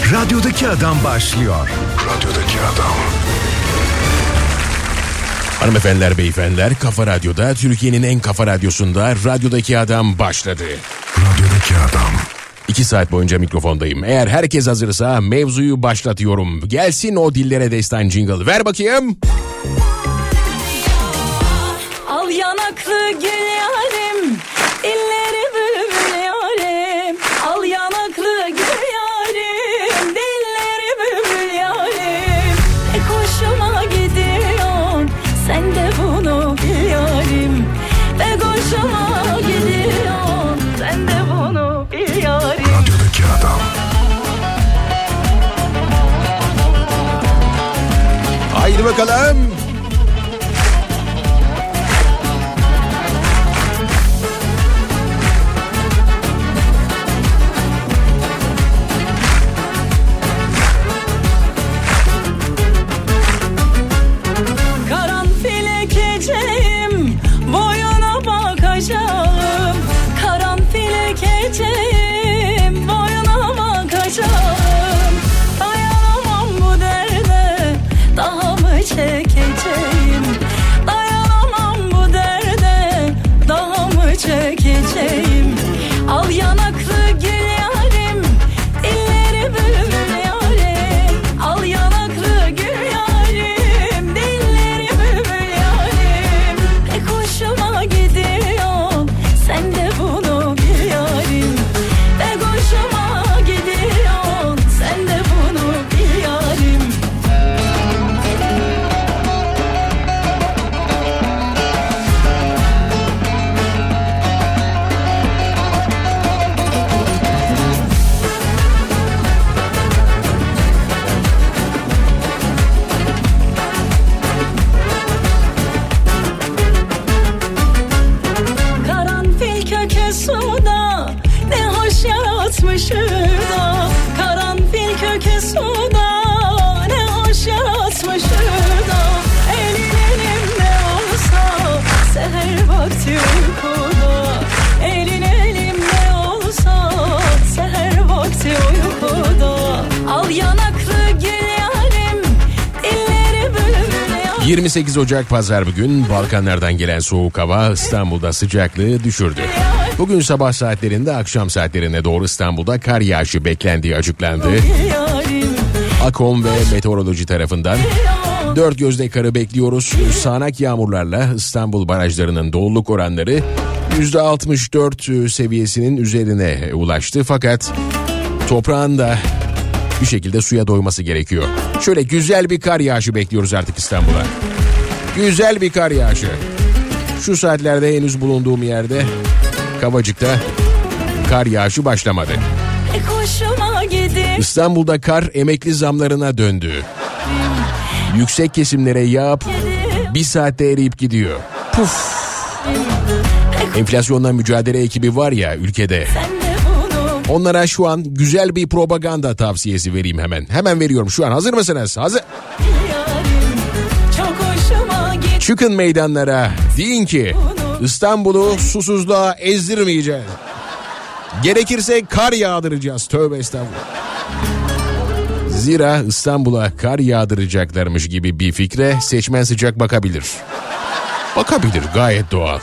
Radyodaki Adam başlıyor. Radyodaki Adam. Hanımefendiler, beyefendiler, Kafa Radyo'da, Türkiye'nin en kafa radyosunda Radyodaki Adam başladı. Radyodaki Adam. 2 saat boyunca mikrofondayım. Eğer herkes hazırsa mevzuyu başlatıyorum. Gelsin o dillere destan jingle. Ver bakayım. Al yanaklı gül yarim, dilleri bülbül yarim. Al yanaklı gül yarim, dilleri bülbül yarim. Pek hoşuma gidiyor, sen de bunu bil yarim. Pek hoşuma gidiyor, sen de bunu bil yarim. Radyodaki Adam. Haydi bakalım. Karanfil ekeceğim, boyuna bakacağım. Karanfil ekeceğim, boyuna bakacağım. Dayanamam bu derde, daha mı çekeceğim? Dayanamam bu derde, daha mı çekeceğim? Al yanaklı gül yarim, dilleri bülbül yarim. Al yanaklı gül yarim, dilleri bülbül yarim. Pek hoşuma gidiyor, sen de bunu bil yarim. Pek hoşuma gidiyor, sen de bunu bil yarim. Karanfil kökü suda, ne hoş yaratmış da. Karanfil kökü suda, ne hoş yaratmış da. Elin elimde olsa, seher vakti uykuda. Elin elimde olsa, seher vakti uykuda. Al yanaklı gül yarim, dilleri bülbül yarim. 28 Ocak Pazar bugün. Balkanlardan gelen soğuk hava İstanbul'da sıcaklığı düşürdü. Bugün sabah saatlerinde akşam saatlerine doğru İstanbul'da kar yağışı beklendiği açıklandı. AKOM ve meteoroloji tarafından 4 gözle karı bekliyoruz. Sağanak yağmurlarla İstanbul barajlarının doluluk oranları %64 seviyesinin üzerine ulaştı. Fakat toprağın da bir şekilde suya doyması gerekiyor. Şöyle güzel bir kar yağışı bekliyoruz artık İstanbul'a. Güzel bir kar yağışı. Şu saatlerde henüz bulunduğum yerde Kavacık'ta kar yağışı başlamadı. Pek hoşuma gidiyor. İstanbul'da kar emekli zamlarına döndü. Yüksek kesimlere yağıp bir saatte eriyip gidiyor. Puf. Enflasyonla mücadele ekibi var ya ülkede. Onlara şu an güzel bir propaganda tavsiyesi vereyim hemen. Hemen veriyorum şu an. Hazır mısınız? Hazır. Çıkın meydanlara. Deyin ki İstanbul'u susuzluğa ezdirmeyeceğiz. Gerekirse kar yağdıracağız. Tövbe estağfurullah. Zira İstanbul'a kar yağdıracaklarmış gibi bir fikre seçmen sıcak bakabilir. Bakabilir, gayet doğal.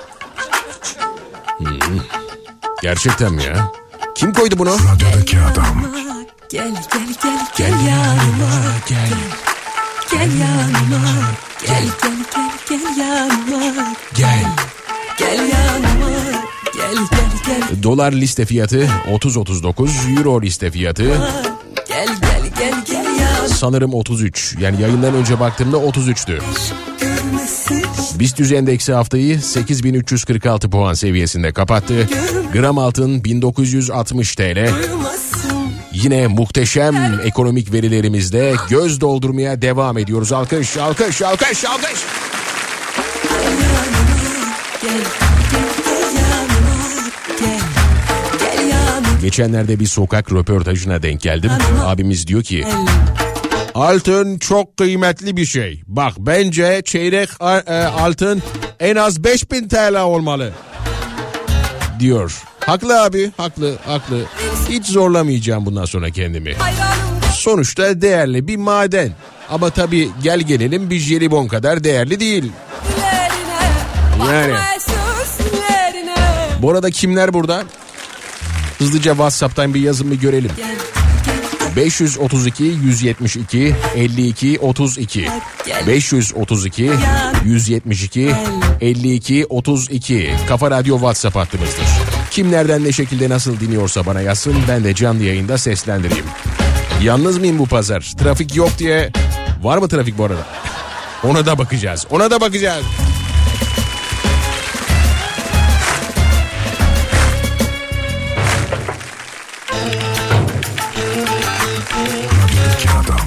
Gerçekten mi ya? Kim koydu bunu? Radyodaki Adam. Gel gel gel gel yanıma gel. Gel yanıma gel gel gel gel yanıma Gel. gel yanıma gel gel gel. Dolar liste fiyatı 30.39, euro liste fiyatı Gel gel gel gel yanıma. sanırım 33. Yani yayından önce baktığımda 33'tü. BIST endeksi haftayı 8.346 puan seviyesinde kapattı. Gram altın 1960 TL. Yine muhteşem ekonomik verilerimizde göz doldurmaya devam ediyoruz. Alkış, alkış, alkış, alkış. Geçenlerde bir sokak röportajına denk geldim. Abimiz diyor ki altın çok kıymetli bir şey. Bak bence çeyrek altın en az 5.000 TL olmalı diyor. Haklı abi, haklı. Hiç zorlamayacağım bundan sonra kendimi. Sonuçta değerli bir maden. Ama tabii gel gelelim bir jelibon kadar değerli değil. Yani. Bu arada kimler burada? Hızlıca WhatsApp'tan bir yazın bir görelim. 532 172 52 32 532 172 52 32 Kafa Radyo WhatsApp hattımızdır. Kim nereden ne şekilde nasıl dinliyorsa bana yazsın, ben de canlı yayında seslendireyim. Yalnız mıyım bu pazar? Trafik yok diye. Var mı trafik bu arada? Ona da bakacağız. Radyodaki adam.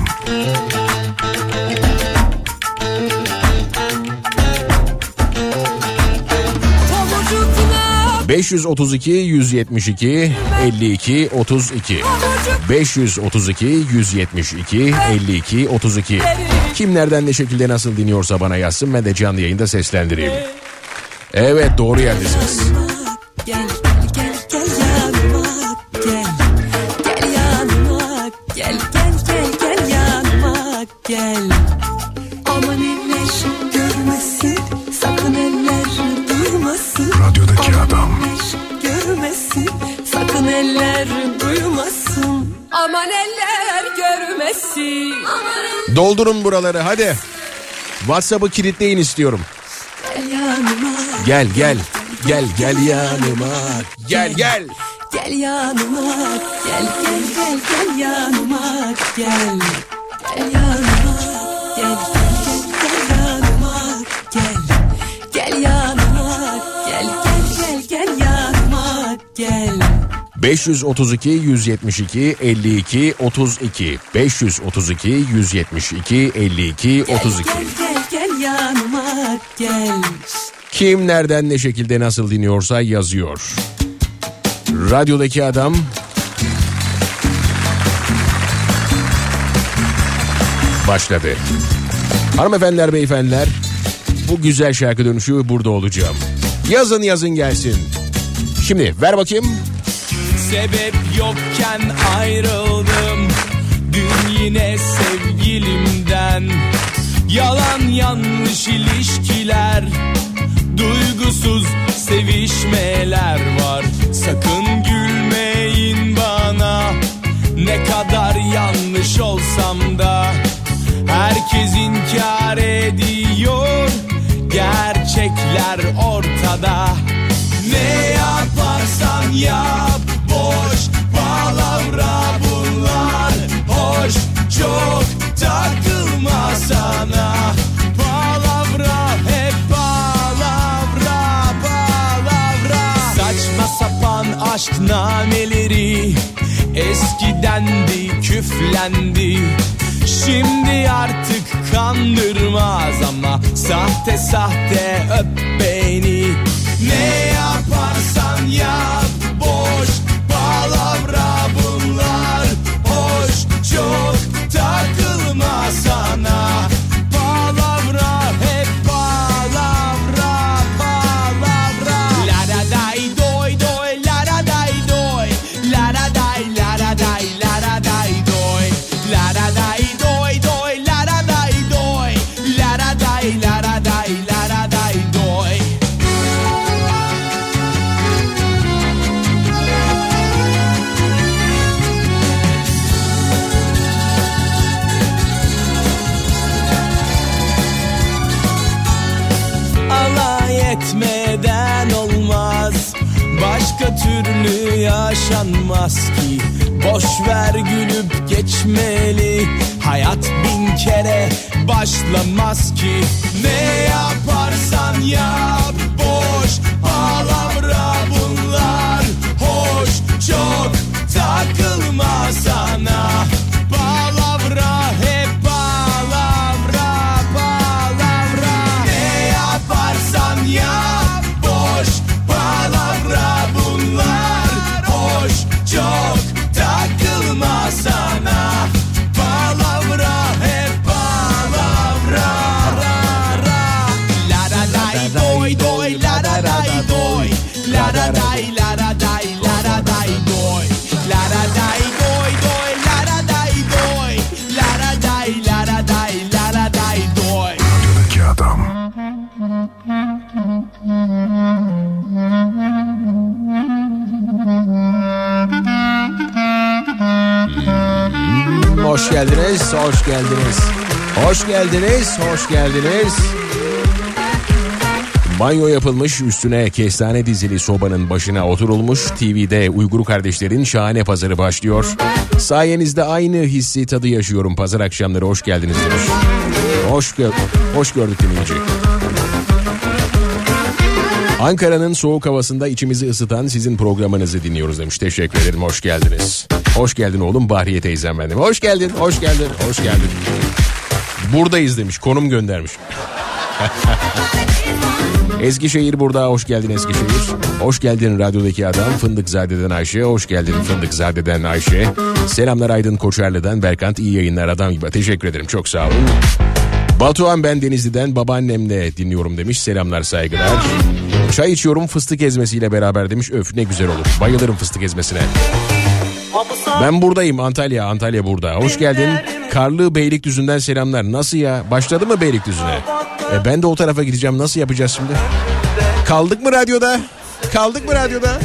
532 172 52 32 532 172 52 32 Kim nereden ne şekilde nasıl dinliyorsa bana yazsın, ben de canlı yayında seslendireyim. Evet, doğru yerdesiniz. Gel yanıma gel. Aman eller görmesin, sakın eller duymasın. Radyodaki adam. Görmesin, sakın eller duymasın. Aman eller görmesin. Doldurun buraları hadi. WhatsApp'ı kilitleyin istiyorum. Gel yanıma. Gel yanıma. Gel. Gel yanıma. Gel yanıma. Gel yanıma. Gel yanıma. Gel yanıma. Gel yanıma. Gel. 532 172 52 32 532 172 52 32 Gel yanıma gel. Kim nereden ne şekilde nasıl dinliyorsa yazıyor. Radyodaki adam başladı. Hanımefendiler, beyefendiler, bu güzel şarkı dönüşü burada olacağım. Yazın gelsin. Şimdi ver bakayım. Sebep yokken ayrıldım dün yine sevgilimden. Yalan yanlış ilişkiler, duygusuz sevişmeler var. Sakın gülmeyin bana, ne kadar yanlış olsam da. Herkes inkar ediyor, gerçekler ortada. Ne yaparsan yap, boş palavra bunlar. Hoş çok takılma sana. Palavra hep palavra. Saçma sapan aşk nameleri eskidendi, küflendi. Şimdi artık kandırmaz ama sahte öp beni. Ne yaparsan yap, boş palavra bunlar. Hoş çok takılma sana. Palavra hep palavra. La da day doy doy, la da day doy. La da day, la da day, la da day doy. La da day doy doy, la da day doy. La da day, la da day, la da day doy. Alay etmeden olmaz, başka türlü yaşanmaz ki. Boş ver gülüp geçmeli, hayat bin kere başlamaz ki. Ne yaparsan yap, boş palavra bunlar. Hoş çok takılma sana. Palavra hep palavra. Ne yaparsan yap, boş palavra bunlar. Hoş çok takılma sana. Palavra hep palavra. La da day doy doy, la da day doy. La da day, la da day. hoş geldiniz, hoş geldiniz. Hoş geldiniz, hoş geldiniz. Banyo yapılmış, üstüne kestane dizili sobanın başına oturulmuş. TV'de Uygur kardeşlerin şahane pazarı başlıyor. Sayenizde aynı hissi, tadı yaşıyorum. Pazar akşamları hoş geldiniz demiş. Hoş gördük dinleyici. Ankara'nın soğuk havasında içimizi ısıtan sizin programınızı dinliyoruz demiş. Teşekkür ederim, hoş geldiniz. Hoş geldin oğlum, Bahriye teyzem benim. Hoş geldin, hoş geldin, hoş geldin. Buradayız demiş, konum göndermiş. Eskişehir burada, hoş geldin Eskişehir. Hoş geldin radyodaki adam Fındıkzade'den Ayşe. Hoş geldin Fındıkzade'den Ayşe. Selamlar Aydın Koçarlı'dan Berkant, iyi yayınlar adam gibi. Teşekkür ederim, çok sağ olun. Batuhan, ben Denizli'den babaannemle dinliyorum demiş. Selamlar, saygılar. Çay içiyorum fıstık ezmesiyle beraber demiş. Öf, ne güzel olur, bayılırım fıstık ezmesine. Ben buradayım, Antalya burada. Hoş geldin. Karlı Beylikdüzü'nden selamlar. Nasıl ya? Başladı mı Beylikdüzü'ne? Ben de o tarafa gideceğim. Nasıl yapacağız şimdi? Kaldık mı radyoda? Kaldık mı radyoda?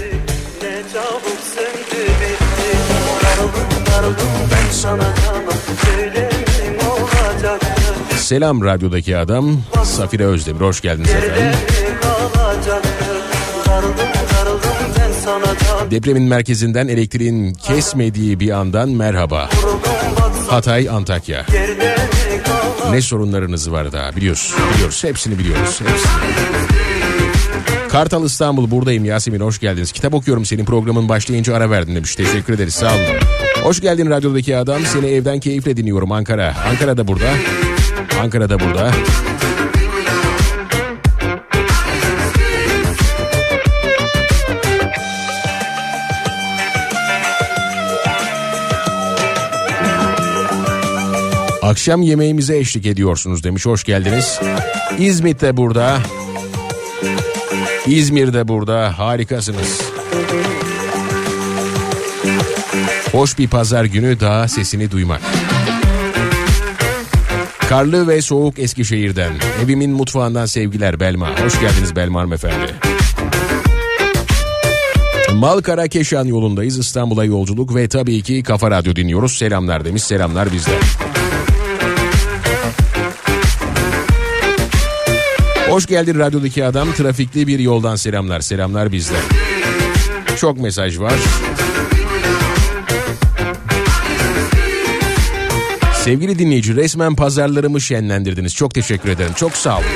Selam radyodaki adam Safire Özdemir. Hoş geldiniz efendim. Depremin merkezinden elektriğin kesmediği bir andan merhaba. Hatay, Antakya. Ne sorunlarınız var daha biliyoruz. Hepsini biliyoruz. Kartal, İstanbul buradayım Yasemin, hoş geldiniz. Kitap okuyorum, senin programın başlayınca ara verdin demiş. Teşekkür ederiz, sağ olun. Hoş geldin radyodaki adam, seni evden keyifle dinliyorum Ankara. Ankara'da burada. Akşam yemeğimize eşlik ediyorsunuz demiş. Hoş geldiniz. İzmit'te burada. İzmir'de burada. Harikasınız. Hoş bir pazar günü, daha sesini duymak. Karlı ve soğuk Eskişehir'den. Evimin mutfağından sevgiler Belma. Hoş geldiniz Belma hanımefendi. Malkara Keşan yolundayız. İstanbul'a yolculuk ve tabii ki Kafa Radyo dinliyoruz. Selamlar demiş. Selamlar bizden. Hoş geldin radyodaki adam. Trafikli bir yoldan selamlar. Selamlar bizden. Çok mesaj var. Sevgili dinleyici, resmen pazarlarımı şenlendirdiniz. Çok teşekkür ederim. Çok sağ olun.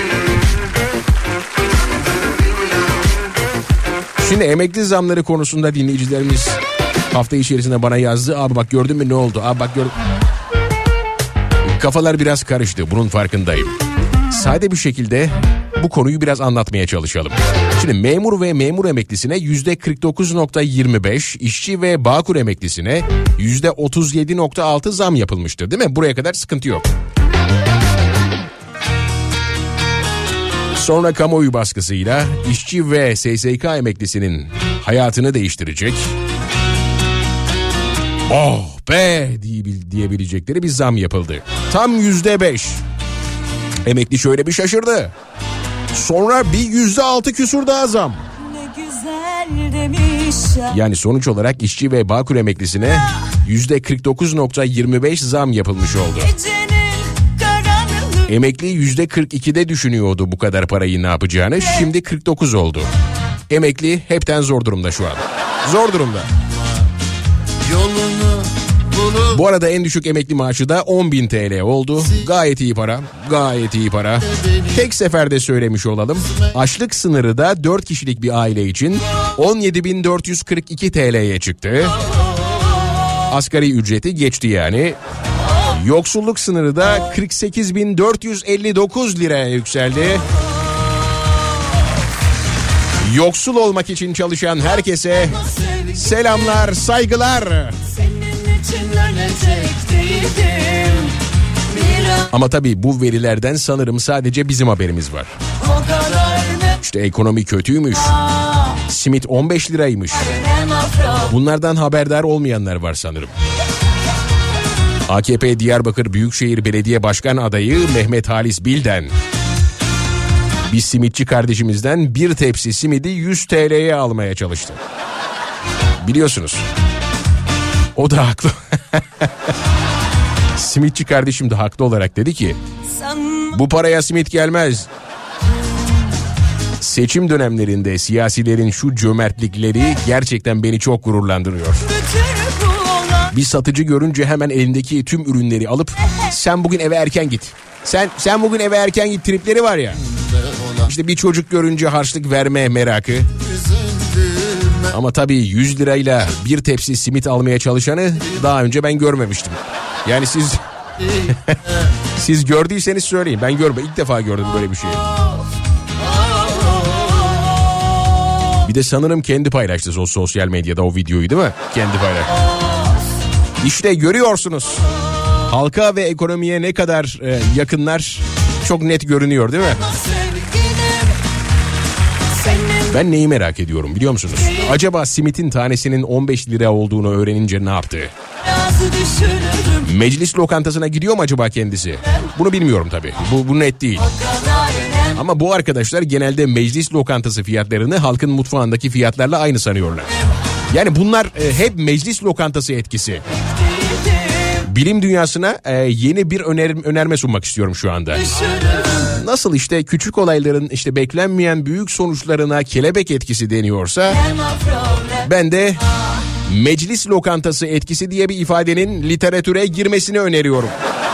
Şimdi emekli zamları konusunda dinleyicilerimiz hafta içerisinde bana yazdı. Abi bak gördün mü ne oldu? Abi bak gördün. Kafalar biraz karıştı. Bunun farkındayım. Sade bir şekilde bu konuyu biraz anlatmaya çalışalım. Şimdi memur ve memur emeklisine %49.25, işçi ve Bağkur emeklisine %37.6 zam yapılmıştır, değil mi? Buraya kadar sıkıntı yok. Sonra kamuoyu baskısıyla işçi ve SSK emeklisinin hayatını değiştirecek, oh be diyebilecekleri bir zam yapıldı. Tam %5. Emekli şöyle bir şaşırdı. Sonra bir %6 küsur daha zam. Yani sonuç olarak işçi ve Bağkur emeklisine %49.25 zam yapılmış oldu. Emekli %42'de düşünüyordu bu kadar parayı ne yapacağını. Şimdi 49 oldu. Emekli hepten zor durumda şu an. Zor durumda. Bu arada en düşük emekli maaşı da 10.000 TL oldu. Gayet iyi para. Gayet iyi para. Tek seferde söylemiş olalım. Açlık sınırı da 4 kişilik bir aile için 17.442 TL'ye çıktı. Asgari ücreti geçti yani. Yoksulluk sınırı da 48.459 liraya yükseldi. Yoksul olmak için çalışan herkese selamlar, saygılar. Ama tabii bu verilerden sanırım sadece bizim haberimiz var. İşte ekonomi kötüymüş. Simit 15 liraymış. Bunlardan haberdar olmayanlar var sanırım. AKP Diyarbakır Büyükşehir Belediye Başkan adayı Mehmet Halis Bilden bir simitçi kardeşimizden bir tepsi simidi 100 TL'ye almaya çalıştı. Biliyorsunuz. O da haklı. Simitçi kardeşim de haklı olarak dedi ki bu paraya simit gelmez. Seçim dönemlerinde siyasilerin şu cömertlikleri gerçekten beni çok gururlandırıyor. Bir satıcı görünce hemen elindeki tüm ürünleri alıp sen bugün eve erken git. Sen bugün eve erken git tripleri var ya. İşte bir çocuk görünce harçlık verme merakı. Ama tabii 100 lirayla bir tepsi simit almaya çalışanı daha önce ben görmemiştim. Yani siz gördüyseniz söyleyin. Ben ilk defa gördüm böyle bir şey. Bir de sanırım kendi paylaştı o sosyal medyada o videoyu, değil mi? Kendi paylaştı. İşte görüyorsunuz. Halka ve ekonomiye ne kadar yakınlar çok net görünüyor, değil mi? Ben neyi merak ediyorum biliyor musunuz? Acaba simitin tanesinin 15 lira olduğunu öğrenince ne yaptı? Meclis lokantasına gidiyor mu acaba kendisi? Bunu bilmiyorum tabii. Bu net değil. Ama bu arkadaşlar genelde meclis lokantası fiyatlarını halkın mutfağındaki fiyatlarla aynı sanıyorlar. Yani bunlar hep meclis lokantası etkisi. Bilim dünyasına yeni bir önerme sunmak istiyorum şu anda. Nasıl işte küçük olayların işte beklenmeyen büyük sonuçlarına kelebek etkisi deniyorsa, ben de meclis lokantası etkisi diye bir ifadenin literatüre girmesini öneriyorum.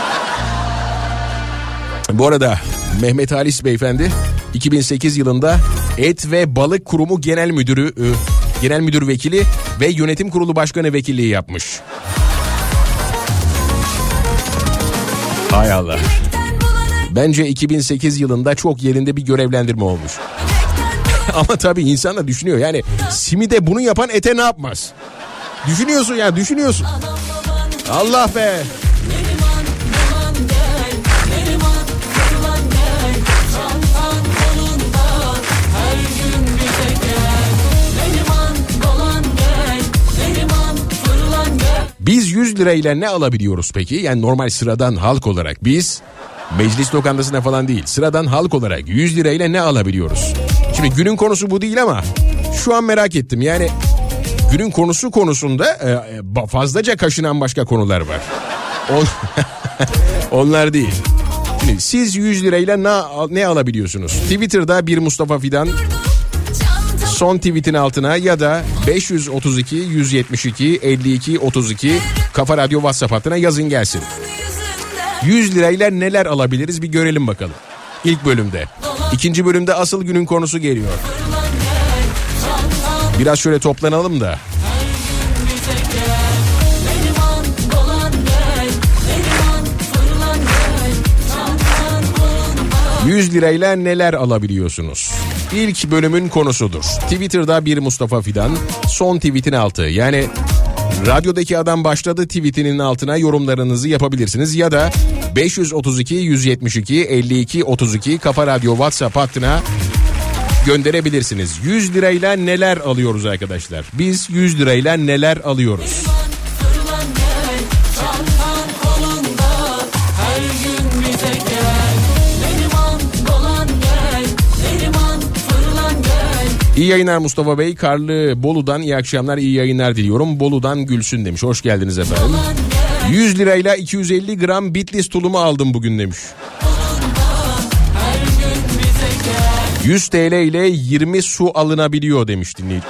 Bu arada Mehmet Halis Beyefendi 2008 yılında Et ve Balık Kurumu Genel Müdür Vekili ve Yönetim Kurulu Başkanı vekilliği yapmış. Hay Allah. Bence 2008 yılında çok yerinde bir görevlendirme olmuş. Ama tabii insan da düşünüyor. Yani simide bunu yapan ete ne yapmaz? Düşünüyorsun ya, düşünüyorsun. Allah be. Biz 100 lirayla ne alabiliyoruz peki? Yani normal sıradan halk olarak biz meclis lokantasına falan değil, sıradan halk olarak 100 lirayla ne alabiliyoruz? Şimdi günün konusu bu değil ama şu an merak ettim. Yani günün konusu konusunda fazlaca kaşınan başka konular var. Onlar değil. Şimdi siz 100 lirayla ne alabiliyorsunuz? Twitter'da bir Mustafa Fidan son tweetin altına ya da 532 172 52 32 Kafa Radyo WhatsApp hattına yazın gelsin. 100 lirayla neler alabiliriz bir görelim bakalım. İlk bölümde. İkinci bölümde asıl günün konusu geliyor. Biraz şöyle toplanalım da. 100 lirayla neler alabiliyorsunuz? İlk bölümün konusudur. Twitter'da bir Mustafa Fidan son tweetin altı. Yani radyodaki adam başladı tweetinin altına yorumlarınızı yapabilirsiniz. Ya da 532 172 52 32 Kafa Radyo WhatsApp hattına gönderebilirsiniz. 100 lirayla neler alıyoruz arkadaşlar? Biz 100 lirayla neler alıyoruz? İyi yayınlar Mustafa Bey. Karlı Bolu'dan iyi akşamlar, iyi yayınlar diliyorum. Bolu'dan Gülsün demiş. Hoş geldiniz efendim. 100 lirayla 250 gram Bitlis tulumu aldım bugün demiş. 100 TL ile 20 su alınabiliyor demiş dinleyici.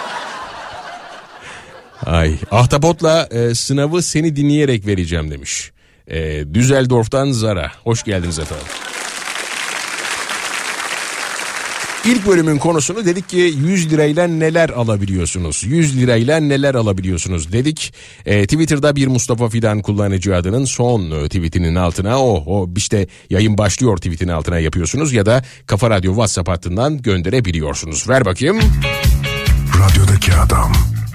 Ay, ahtapotla sınavı seni dinleyerek vereceğim demiş. Düsseldorf'tan Zara. Hoş geldiniz efendim. İlk bölümün konusunu dedik ki 100 lirayla neler alabiliyorsunuz? 100 lirayla neler alabiliyorsunuz dedik. Twitter'da bir Mustafa Fidan kullanıcı adının son tweetinin altına işte yayın başlıyor tweetinin altına yapıyorsunuz ya da Kafa Radyo WhatsApp hattından gönderebiliyorsunuz. Ver bakayım. Radyodaki adam.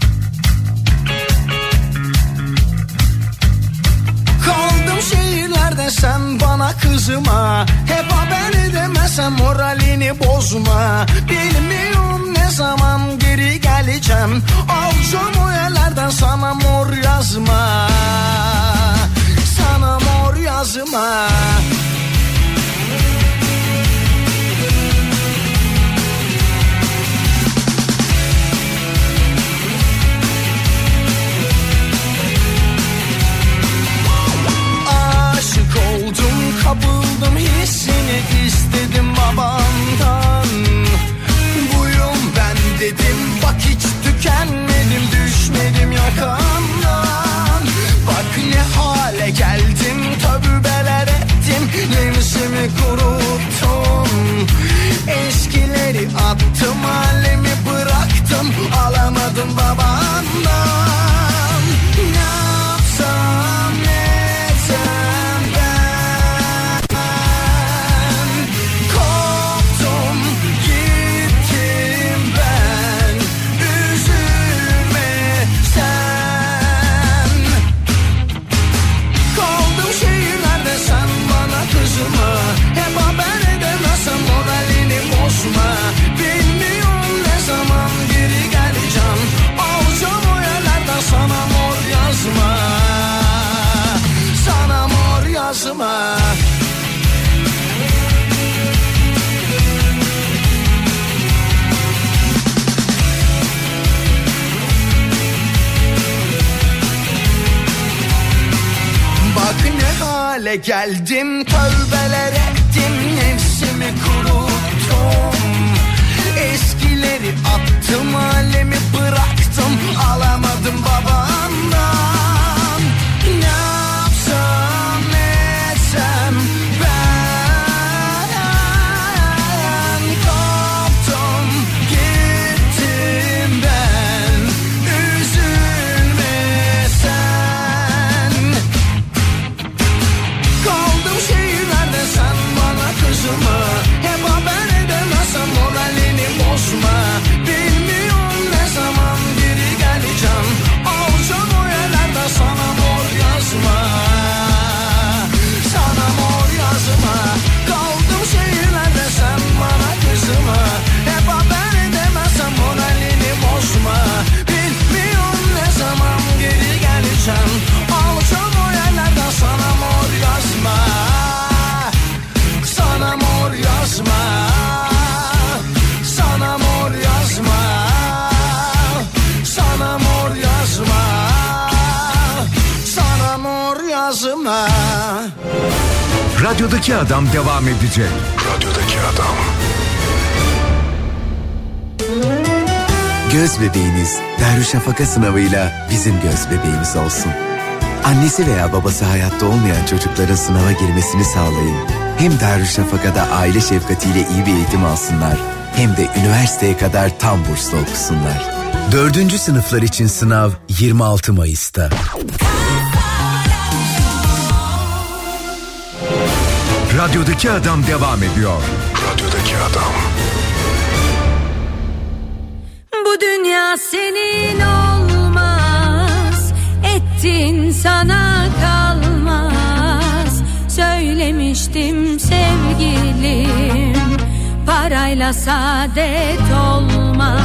Kaldım şehirlerde sen bana kızma. Hep haber edemezsem moralini bozma. Bilmiyorum ne zaman geri geleceğim. Alacağım o yerlerden sana mor yazma. Sana mor yazma. hale geldim, tövbeler ettim, nefsimi kuruttum. Eskileri attım, halimi bıraktım, alamadım babandan. Ne yapsam ne etsem ben, koptum gittim ben, üzülme sen. Kaldım şehirlerde sen bana kızma, hep haber edemezsem moralini bozma. Bilmiyorum ne zaman geri geleceğim, alacağım o yerlerden sana mor yazma, sana mor yazma. Bak ne hale geldim, tövbeler ettim, nefsimi kuruttum. Eskileri attım, halimi bıraktım, alamadım babandan. Ne yapsam ne etsem ben, koptum gittim ben, üzülme sen. Kaldım şehirlerde sen bana kızma, hep haber edemezsem moralini bozma. Bilmiyorum ne zaman geri geleceğim, alacağım o yerlerden sana mor yazma, sana mor yazma. Kaldım şehirlerde sen bana kızma, hep haber edemezsem moralini bozma. Bilmiyorum ne zaman geri geleceğim, alacağım o yerlerden sana mor yazma, sana mor yazma, sana mor yazma, sana mor yazma, sana mor yazma. Radyodaki Adam devam edecek. Radyodaki Adam. Göz bebeğiniz Darüşşafaka sınavıyla bizim göz bebeğimiz olsun. Annesi veya babası hayatta olmayan çocukların sınava girmesini sağlayın. Hem Darüşşafaka'da aile şefkatiyle iyi bir eğitim alsınlar, hem de üniversiteye kadar tam burslu okusunlar. 4. sınıflar için sınav 26 Mayıs'ta. Radyodaki Adam devam ediyor. Radyodaki Adam. Bu dünya senin olmaz, ettin sana kalmaz. Söylemiştim sevgilim, parayla saadet olmaz.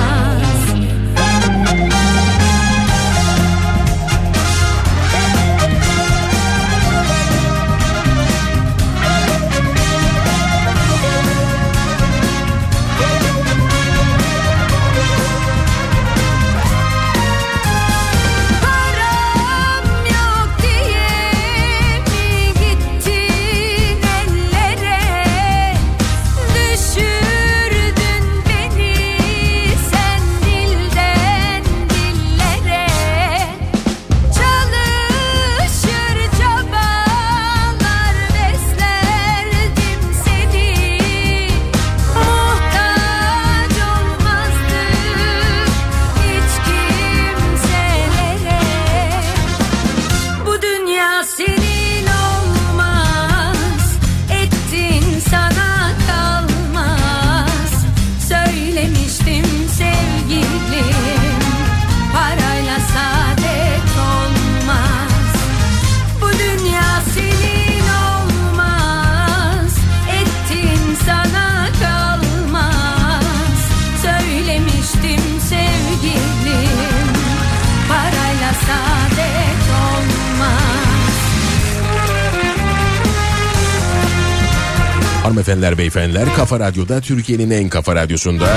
Hanımefendiler, beyefendiler, Kafa Radyo'da, Türkiye'nin en kafa radyosunda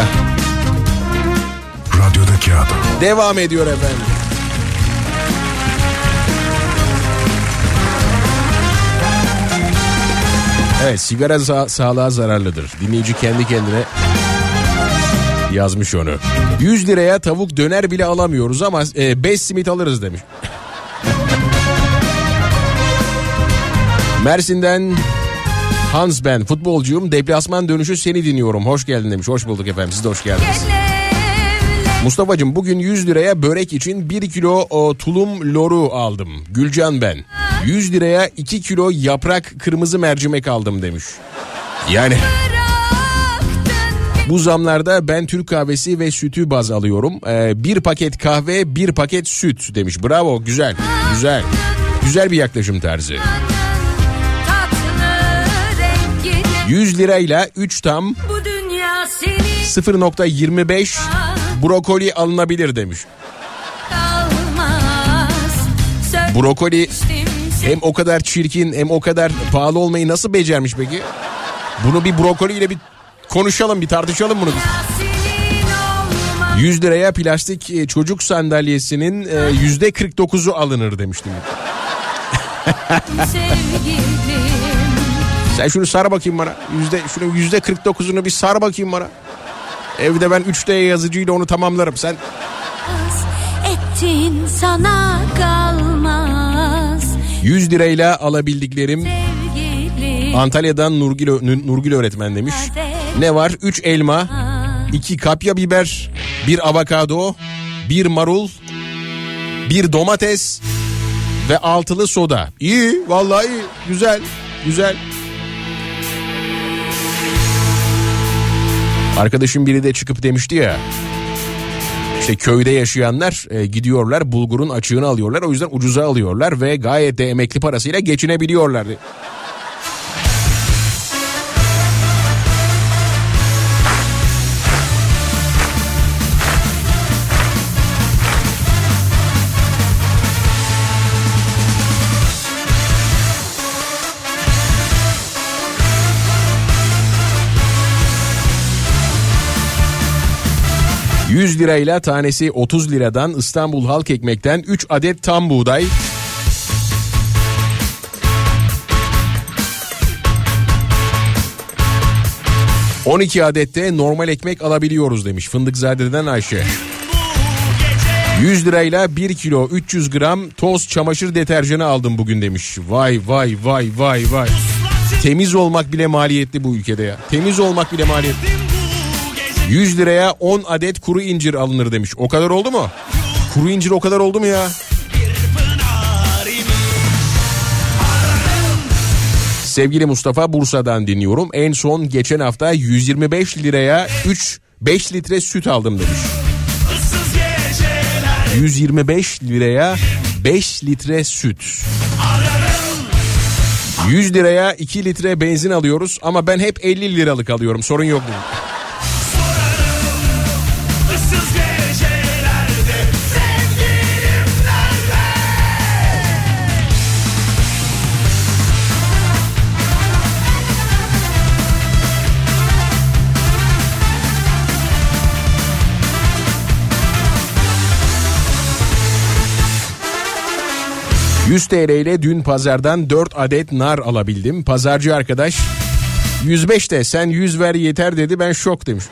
Radyodaki Adam devam ediyor efendim. Evet, sigara sağlığa zararlıdır. Dinleyici kendi kendine yazmış onu. 100 liraya tavuk döner bile alamıyoruz ama 5 simit alırız demiş. Mersin'den Hans ben futbolcuyum. Deplasman dönüşü seni dinliyorum. Hoş geldin demiş. Hoş bulduk efendim. Siz de hoş geldiniz. Mustafa'cığım bugün 100 liraya börek için 1 kilo tulum loru aldım. Gülcan ben. 100 liraya 2 kilo yaprak kırmızı mercimek aldım demiş. Yani bu zamlarda ben Türk kahvesi ve sütü baz alıyorum. Bir paket kahve, bir paket süt demiş. Bravo, güzel, güzel. Güzel bir yaklaşım tarzı. 100 lirayla 3 tam 0.25 brokoli alınabilir demiş. Brokoli hem o kadar çirkin hem o kadar pahalı olmayı nasıl becermiş peki? Bunu bir brokoli ile bir konuşalım, bir tartışalım bunu. 100 liraya plastik çocuk sandalyesinin %49'u alınır demiştim. Sen şunu sar bakayım bana. Şunun %49'unu bir sar bakayım bana. Evde ben 3D yazıcıyla onu tamamlarım. Sen ettin sana kalmaz. 100 lirayla alabildiklerim sevgilim. Antalya'dan Nurgül öğretmen demiş. Ne var? 3 elma, 2 kapya biber, 1 avokado, 1 marul, 1 domates ve 6'lı soda. İyi, vallahi iyi. Güzel, güzel. Arkadaşım biri de çıkıp demişti ya, işte köyde yaşayanlar gidiyorlar bulgurun açığını alıyorlar, o yüzden ucuza alıyorlar ve gayet de emekli parasıyla geçinebiliyorlar. 100 lirayla tanesi 30 liradan İstanbul halk ekmekten 3 adet tam buğday. ...12 adette normal ekmek alabiliyoruz demiş Fındıkzade'den Ayşe. 100 lirayla 1 kilo 300 gram toz çamaşır deterjanı aldım bugün demiş. Vay vay vay vay vay. Temiz olmak bile maliyetli bu ülkede ya. Temiz olmak bile maliyetli. 100 liraya 10 adet kuru incir alınır demiş. O kadar oldu mu? Kuru incir o kadar oldu mu ya? Sevgili Mustafa, Bursa'dan dinliyorum. En son geçen hafta 125 liraya 5 litre süt aldım demiş. 125 liraya 5 litre süt. 100 liraya 2 litre benzin alıyoruz ama ben hep 50 liralık alıyorum. Sorun yok demiş. 100 TL ile dün pazardan 4 adet nar alabildim. Pazarcı arkadaş 105 de sen 100 ver yeter dedi, ben şok demiş.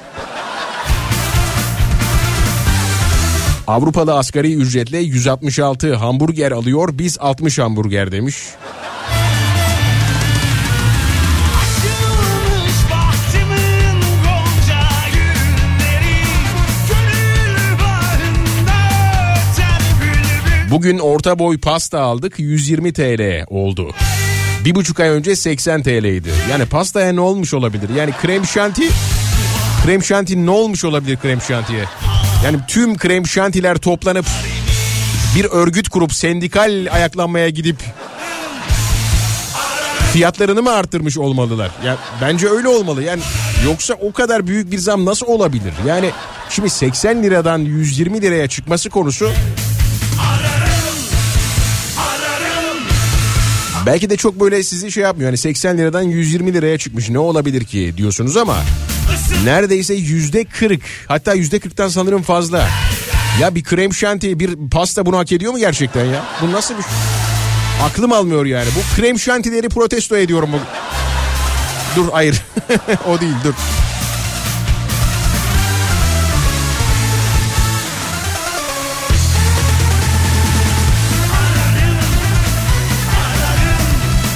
Avrupalı asgari ücretle 166 hamburger alıyor, biz 60 hamburger demiş. Bugün orta boy pasta aldık, 120 TL oldu. 1,5 ay önce 80 TL'ydi. Yani pastaya ne olmuş olabilir? Yani krem şanti ne olmuş olabilir krem şantiye? Yani tüm krem şantiler toplanıp bir örgüt kurup sendikal ayaklanmaya gidip fiyatlarını mı arttırmış olmalılar? Yani bence öyle olmalı. Yani yoksa o kadar büyük bir zam nasıl olabilir? Yani şimdi 80 liradan 120 liraya çıkması konusu... Belki de çok böyle sizi şey yapmıyor. Hani 80 liradan 120 liraya çıkmış, ne olabilir ki diyorsunuz ama neredeyse %40, hatta %40'tan sanırım fazla. Ya bir krem şanti, bir pasta bunu hak ediyor mu gerçekten ya? Bu nasıl bir... Aklım almıyor yani. Bu krem şantileri protesto ediyorum bugün. Dur hayır. O değil, dur.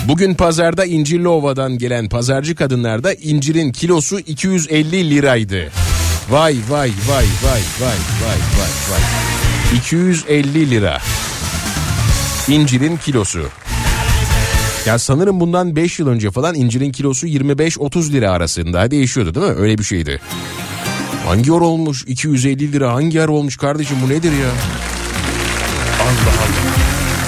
Bugün pazarda İncirliova'dan gelen pazarcı kadınlarda incirin kilosu 250 liraydı. Vay vay vay vay vay vay vay vay. 250 lira. İncirin kilosu. Ya sanırım bundan 5 yıl önce falan incirin kilosu 25-30 lira arasında değişiyordu değil mi? Öyle bir şeydi. Hangi yer olmuş 250 lira, hangi yer olmuş kardeşim, bu nedir ya? Allah Allah.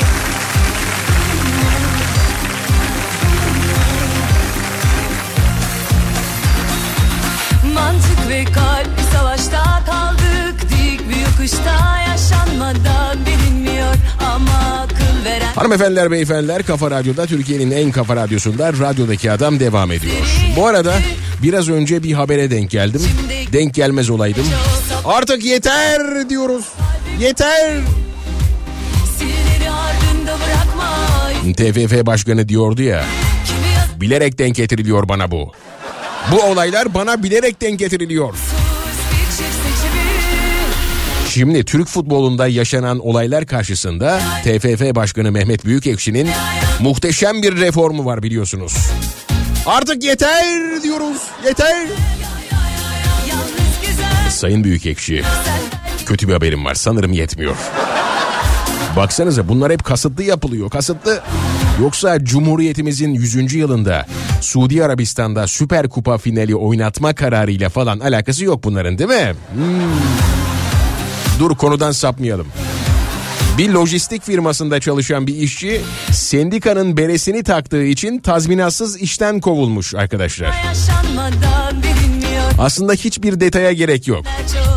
Mantık ve kalp savaşta kaldık, dik bir yokuşta yaşanmadan bilinmiyor ama akıl veren. Hanımefendiler, beyefendiler, Kafa Radyo'da, Türkiye'nin en kafa radyosunda Radyodaki Adam devam ediyor. Bu arada biraz önce bir habere denk geldim. Denk gelmez olaydım. Artık yeter diyoruz. Yeter. TFF Başkanı diyordu ya. Bilerek denk getiriliyor bana bu. Bu olaylar bana bilerek denk getiriliyor. Şimdi Türk futbolunda yaşanan olaylar karşısında TFF Başkanı Mehmet Büyükekşi'nin muhteşem bir reformu var biliyorsunuz. Artık yeter diyoruz. Yeter. Sayın Büyükekşi, kötü bir haberim var. Sanırım yetmiyor. Baksanıza, bunlar hep kasıtlı yapılıyor. Kasıtlı. Yoksa Cumhuriyetimizin 100. yılında Suudi Arabistan'da Süper Kupa finali oynatma kararıyla falan alakası yok bunların, değil mi? Dur, konudan sapmayalım. Bir lojistik firmasında çalışan bir işçi sendikanın beresini taktığı için tazminatsız işten kovulmuş arkadaşlar. Aslında hiçbir detaya gerek yok.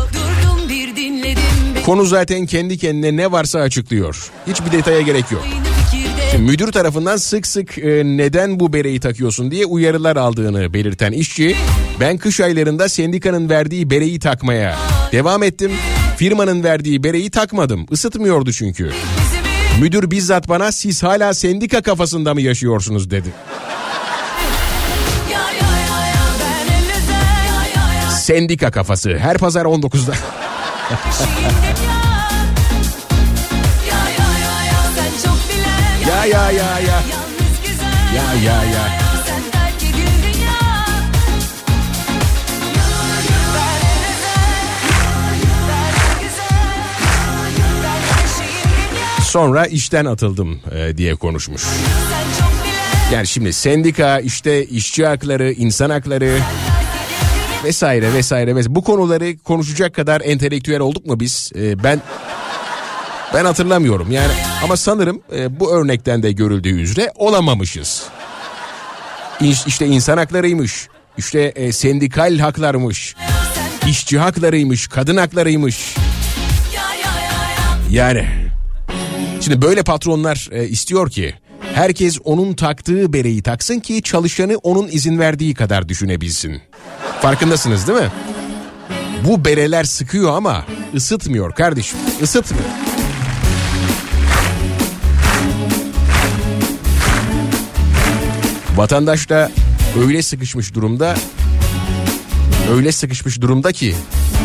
Konu zaten kendi kendine ne varsa açıklıyor. Hiçbir detaya gerek yok. Şimdi müdür tarafından sık sık neden bu bereyi takıyorsun diye uyarılar aldığını belirten işçi, ben kış aylarında sendikanın verdiği bereyi takmaya devam ettim. Firmanın verdiği bereyi takmadım. Isıtmıyordu çünkü. Müdür bizzat bana siz hala sendika kafasında mı yaşıyorsunuz dedi. Sendika kafası her pazar 19'da. Ya. Sonra işten atıldım diye konuşmuş. Yani şimdi sendika, işte işçi hakları, insan hakları vesaire. Bu konuları konuşacak kadar entelektüel olduk mu biz? Ben hatırlamıyorum yani, ama sanırım bu örnekten de görüldüğü üzere olamamışız. İşte insan haklarıymış, işte sendikal haklarmış, işçi haklarıymış, kadın haklarıymış. Yani şimdi böyle patronlar istiyor ki herkes onun taktığı bereyi taksın ki çalışanı onun izin verdiği kadar düşünebilsin. Farkındasınız değil mi? Bu bereler sıkıyor ama ısıtmıyor kardeşim, ısıtmıyor. Vatandaş da öyle sıkışmış durumda ki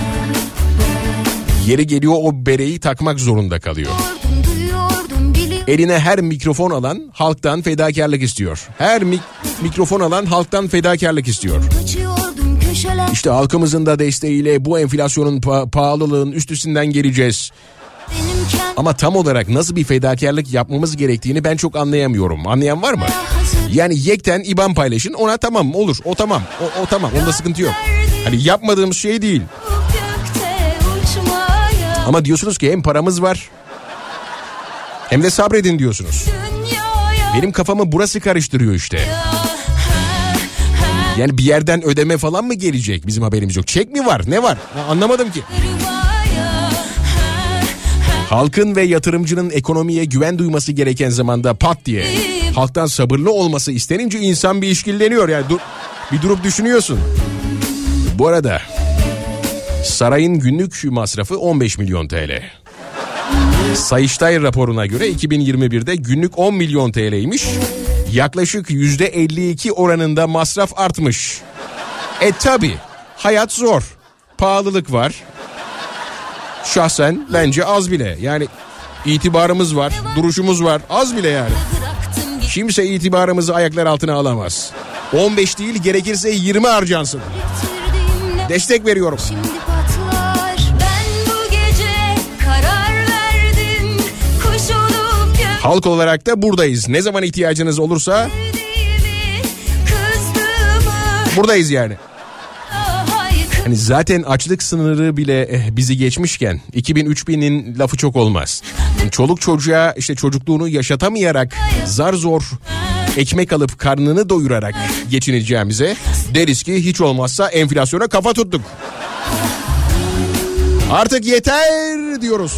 yeri geliyor o bereyi takmak zorunda kalıyor. Eline her mikrofon alan halktan fedakarlık istiyor. Her mikrofon alan halktan fedakarlık istiyor. İşte halkımızın da desteğiyle bu enflasyonun pahalılığın üstesinden geleceğiz. Ama tam olarak nasıl bir fedakarlık yapmamız gerektiğini ben çok anlayamıyorum. Anlayan var mı? Yani yekten IBAN paylaşın, ona tamam olur. O tamam. O tamam. Onda sıkıntı yok. Hani yapmadığımız şey değil. Ama diyorsunuz ki hem paramız var hem de sabredin diyorsunuz. Benim kafamı burası karıştırıyor işte. Yani bir yerden ödeme falan mı gelecek? Bizim haberimiz yok. Çek mi var? Ne var? Anlamadım ki. Halkın ve yatırımcının ekonomiye güven duyması gereken zamanda pat diye halktan sabırlı olması istenince insan bir işkilleniyor. Yani bir durup düşünüyorsun. Bu arada sarayın günlük masrafı 15 milyon TL. Sayıştay raporuna göre 2021'de günlük 10 milyon TL'ymiş. Yaklaşık %52 oranında masraf artmış. Tabi hayat zor. Pahalılık var. Şahsen bence az bile. Yani itibarımız var, duruşumuz var. Az bile yani. Kimse itibarımızı ayaklar altına alamaz. 15 değil, gerekirse 20 harcansın. Destek veriyorum. Şimdi patlar, ben bu gece karar verdim. Kuş olup Halk olarak da buradayız. Ne zaman ihtiyacınız olursa buradayız yani. Hani zaten açlık sınırı bile bizi geçmişken 2000-3000'in lafı çok olmaz. Çoluk çocuğa işte çocukluğunu yaşatamayarak zar zor ekmek alıp karnını doyurarak geçineceğimize deriz ki hiç olmazsa enflasyona kafa tuttuk. Artık yeter diyoruz.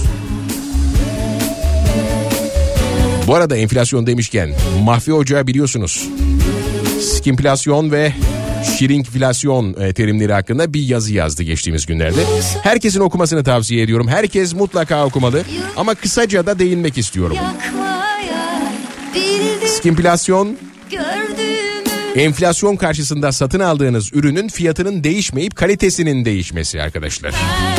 Bu arada enflasyon demişken Mahfi Hoca biliyorsunuz skimflasyon ve şirinkflasyon terimleri hakkında bir yazı yazdı geçtiğimiz günlerde. Herkesin okumasını tavsiye ediyorum. Herkes mutlaka okumalı ama kısaca da değinmek istiyorum. Skimflasyon, enflasyon karşısında satın aldığınız ürünün fiyatının değişmeyip kalitesinin değişmesi arkadaşlar.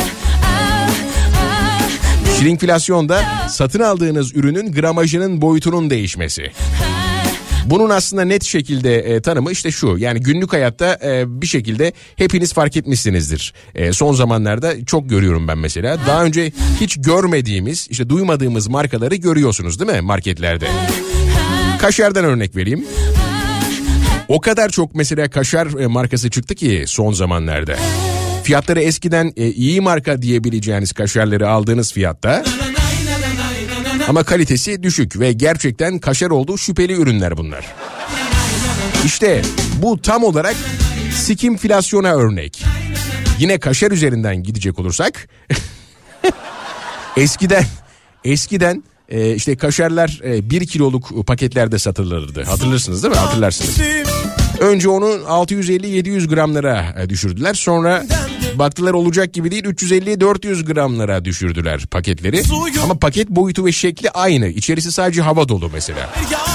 Şirinkflasyon da satın aldığınız ürünün gramajının boyutunun değişmesi. Bunun aslında net şekilde tanımı işte şu. Yani günlük hayatta bir şekilde hepiniz fark etmişsinizdir. Son zamanlarda çok görüyorum ben mesela. Daha önce hiç görmediğimiz, işte duymadığımız markaları görüyorsunuz değil mi marketlerde? Kaşar'dan örnek vereyim. O kadar çok mesela kaşar markası çıktı ki son zamanlarda. Fiyatları eskiden iyi marka diyebileceğiniz kaşarları aldığınız fiyatta. Ama kalitesi düşük ve gerçekten kaşar olduğu şüpheli ürünler bunlar. İşte bu tam olarak skimflasyona örnek. Yine kaşar üzerinden gidecek olursak eskiden işte kaşarlar 1 kiloluk paketlerde satılırdı. Hatırlarsınız değil mi? Hatırlarsınız. Önce onu 650-700 gramlara düşürdüler. Sonra baktılar olacak gibi değil, 350-400 gramlara düşürdüler paketleri. Ama paket boyutu ve şekli aynı. İçerisi sadece hava dolu mesela.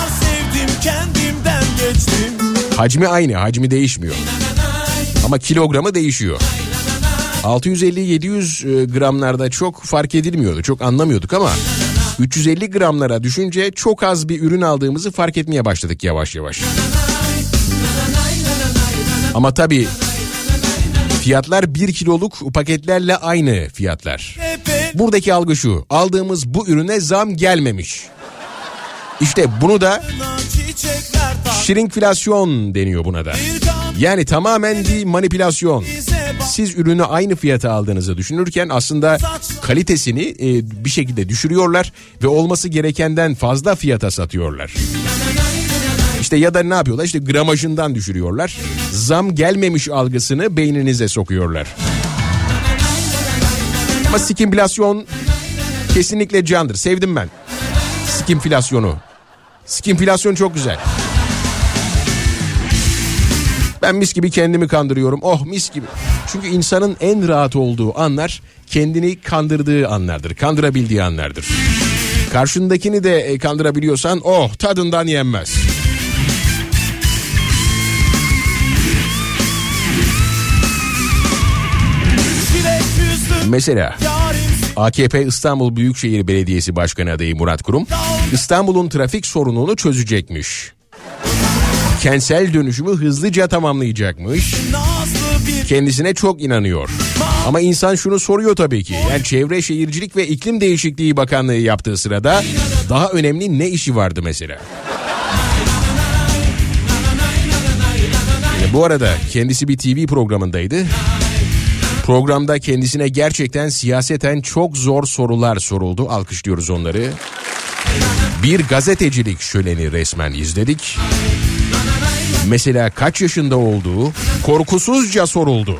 Hacmi aynı, hacmi değişmiyor. Ama kilogramı değişiyor. 650-700 gramlarda çok fark edilmiyordu, çok anlamıyorduk ama 350 gramlara düşünce çok az bir ürün aldığımızı fark etmeye başladık yavaş yavaş. Ama tabii fiyatlar 1 kiloluk paketlerle aynı fiyatlar. Buradaki algı şu: aldığımız bu ürüne zam gelmemiş. İşte bunu da şirinkflasyon deniyor buna da. Yani tamamen bir manipülasyon. Siz ürünü aynı fiyata aldığınızı düşünürken aslında kalitesini bir şekilde düşürüyorlar ve olması gerekenden fazla fiyata satıyorlar. İşte ya da ne yapıyorlar? İşte gramajından düşürüyorlar. Zam gelmemiş algısını beyninize sokuyorlar. Ama skimflasyon kesinlikle candır. Sevdim ben skimflasyonu. Skimflasyon çok güzel. Ben mis gibi kendimi kandırıyorum. Oh mis gibi. Çünkü insanın en rahat olduğu anlar kendini kandırdığı anlardır. Kandırabildiği anlardır. Karşındakini de kandırabiliyorsan oh tadından yenmez. Mesela AKP İstanbul Büyükşehir Belediyesi Başkanı adayı Murat Kurum İstanbul'un trafik sorununu çözecekmiş. Kentsel dönüşümü hızlıca tamamlayacakmış. Kendisine çok inanıyor. Ama insan şunu soruyor tabii ki. Yani Çevre Şehircilik ve İklim Değişikliği Bakanlığı yaptığı sırada daha önemli ne işi vardı mesela? Bu arada kendisi bir TV programındaydı. Programda kendisine gerçekten siyaseten çok zor sorular soruldu. Alkışlıyoruz onları. Bir gazetecilik şöleni resmen izledik. Mesela kaç yaşında olduğu korkusuzca soruldu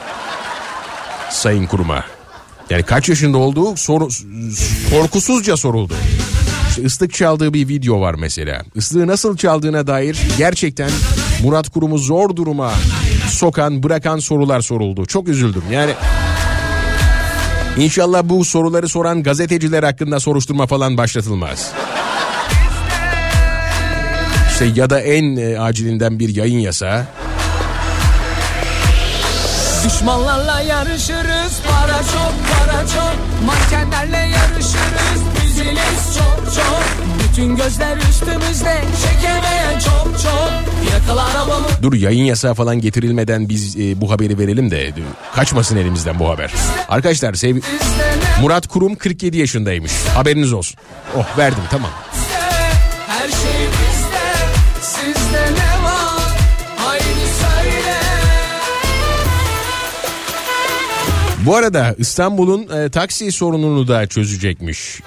Sayın Kurum'a. Yani kaç yaşında olduğu korkusuzca soruldu. İşte ıslık çaldığı bir video var mesela. Islığı nasıl çaldığına dair gerçekten Murat Kurum'u zor duruma sokan, bırakan sorular soruldu. Çok üzüldüm. Yani inşallah bu soruları soran gazeteciler hakkında soruşturma falan başlatılmaz. İşte ya da en acilinden bir yayın yasağı. Düşmanlarla yarışırız, para çok, para çok. Mankenlerle yarışırız, diziliz çok çok. Bütün gözler üstümüzde, çekemeyen çok çok. Yakala arabamı. Dur, yayın yasağı falan getirilmeden biz bu haberi verelim de kaçmasın elimizden bu haber. Arkadaşlar Murat Kurum 47 yaşındaymış. Haberiniz olsun. Oh, verdim, tamam. Her şey bizde, sizde ne var? Haydi söyle. Bu arada İstanbul'un taksi sorununu da çözecekmiş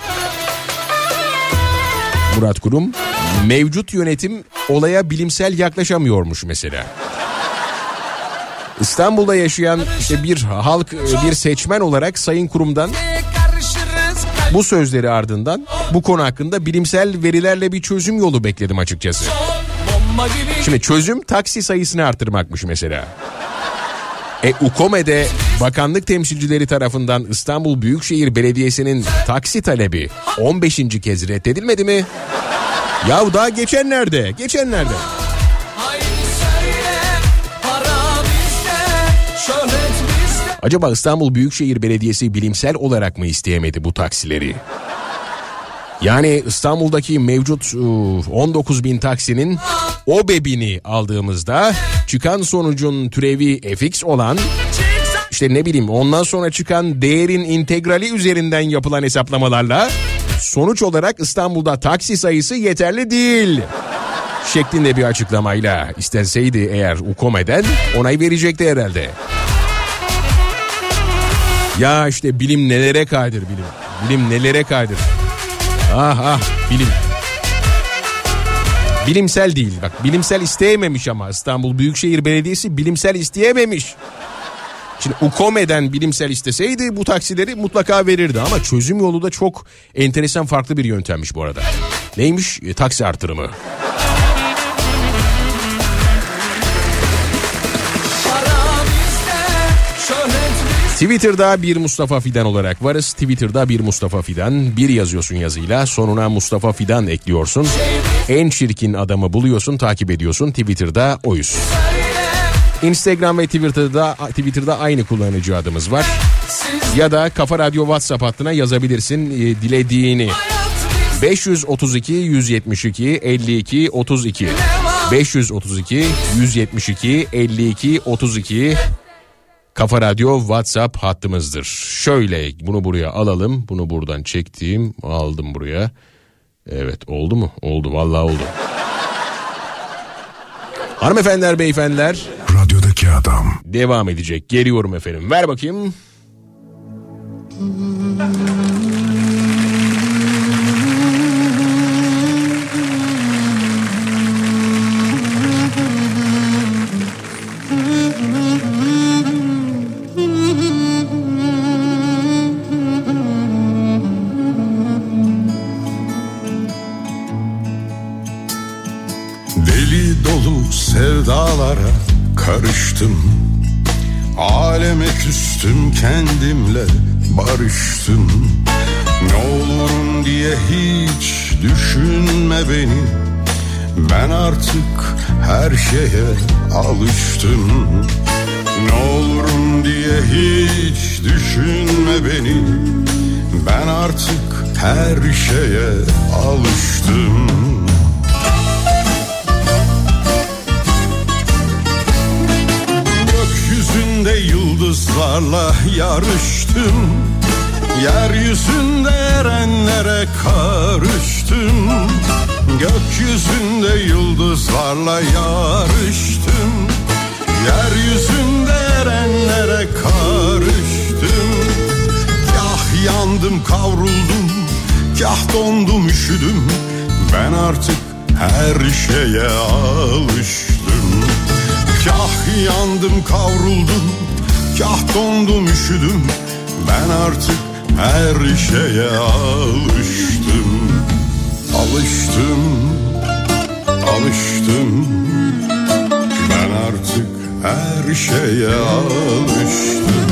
Murat Kurum. Mevcut yönetim olaya bilimsel yaklaşamıyormuş mesela. İstanbul'da yaşayan işte bir halk, bir seçmen olarak Sayın Kurum'dan bu sözleri ardından bu konu hakkında bilimsel verilerle bir çözüm yolu bekledim açıkçası. Şimdi çözüm taksi sayısını artırmakmış mesela. UKOME'de bakanlık temsilcileri tarafından İstanbul Büyükşehir Belediyesi'nin taksi talebi 15. kez reddedilmedi mi? Ya daha geçenlerde. Acaba İstanbul Büyükşehir Belediyesi bilimsel olarak mı isteyemedi bu taksileri? Yani İstanbul'daki mevcut 19.000 taksinin OBEB'ini aldığımızda çıkan sonucun türevi fx olan, işte ne bileyim ondan sonra çıkan değerin integrali üzerinden yapılan hesaplamalarla sonuç olarak İstanbul'da taksi sayısı yeterli değil şeklinde bir açıklamayla istenseydi eğer UKOME'den onay verecekti herhalde. Ya işte bilim nelere kadir, bilim nelere kadir. Bilim. Bilimsel değil, bak bilimsel isteyememiş ama İstanbul Büyükşehir Belediyesi bilimsel isteyememiş. Şimdi UKOME'den bilimsel isteseydi bu taksileri mutlaka verirdi ama çözüm yolu da çok enteresan, farklı bir yöntemmiş bu arada. Neymiş? Taksi artırımı. Twitter'da bir Mustafa Fidan olarak varız. Twitter'da bir Mustafa Fidan. Bir yazıyorsun yazıyla, sonuna Mustafa Fidan ekliyorsun. En çirkin adamı buluyorsun, takip ediyorsun. Twitter'da oyuz. Instagram ve Twitter'da aynı kullanıcı adımız var. Ya da Kafa Radyo WhatsApp hattına yazabilirsin dilediğini. 532 172 52 32 532 172 52 32 Kafa Radyo WhatsApp hattımızdır. Şöyle bunu buraya alalım. Bunu buradan çektim, aldım buraya. Evet, oldu mu? Oldu, vallahi oldu. Hanımefendiler, beyefendiler. Radyodaki adam. Devam edecek. Geliyorum efendim. Ver bakayım. Sevdalara karıştım, aleme küstüm, kendimle barıştım. Ne olurum diye hiç düşünme beni, ben artık her şeye alıştım. Ne olurum diye hiç düşünme beni, ben artık her şeye alıştım. Yıldızlarla yarıştım, yeryüzünde erenlere karıştım. Gökyüzünde yıldızlarla yarıştım, yeryüzünde erenlere karıştım. Kah yandım kavruldum, kah dondum üşüdüm, ben artık her şeye alıştım. Kah yandım kavruldum, kah dondum üşüdüm, ben artık her şeye alıştım. Alıştım, ben artık her şeye alıştım.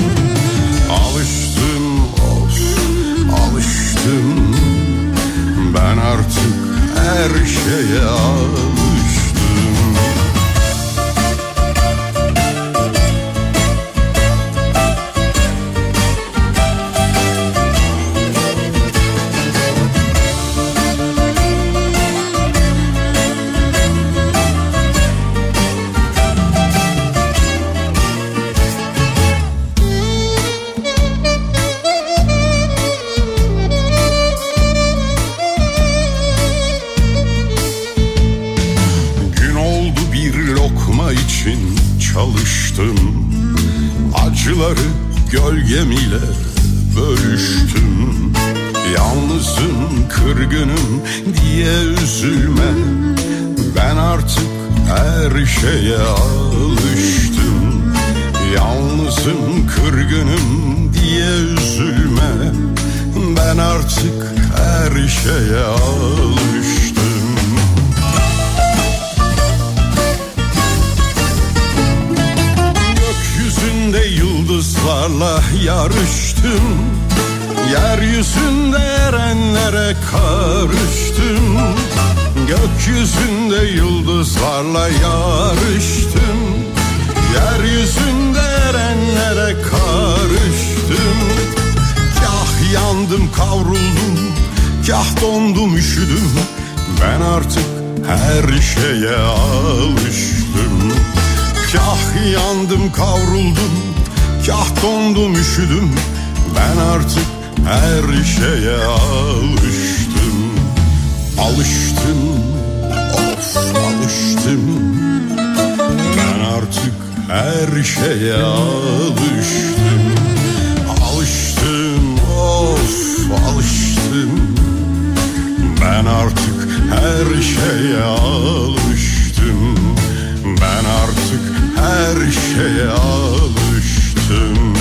Alıştım, ben artık her şeye alıştım. unutma için çalıştım. Acıları gölgem ile bölüştüm. Yalnızım, kırgınım diye üzülme. Ben artık her şeye alıştım. Yalnızım, kırgınım diye üzülme. Ben artık her şeye alıştım. Gökyüzünde yıldızlarla yarıştım. Yeryüzünde erenlere karıştım. Gökyüzünde yıldızlarla yarıştım. Yeryüzünde erenlere karıştım. Kah yandım kavruldum, kah dondum üşüdüm. Ben artık her şeye alıştım. Kah yandım kavruldum, kah dondum üşüdüm. Ben artık her şeye alıştım. Alıştım, of alıştım. Ben artık her şeye alıştım. Alıştım, of alıştım. Ben artık her şeye alıştım. Ben artık her şeye alıştım.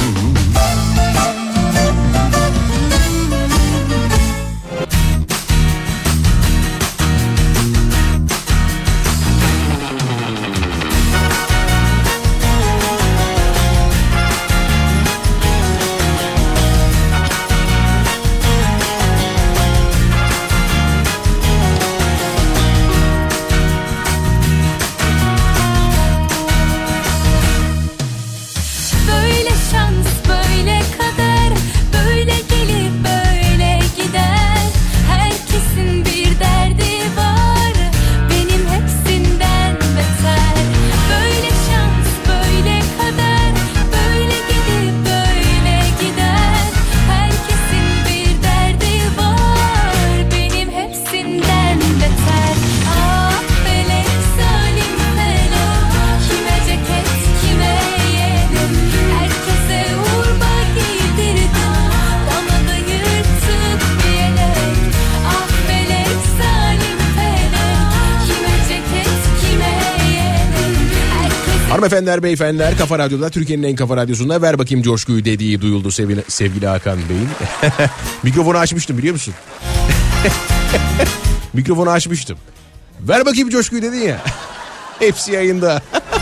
Hanımefendiler, beyefendiler, Kafa Radyo'da, Türkiye'nin en kafa radyosunda ver bakayım coşkuyu dediği duyuldu sevgili Hakan Bey'in. Mikrofonu açmıştım biliyor musun? Mikrofonu açmıştım. Ver bakayım coşkuyu dedin ya. Hepsi yayında.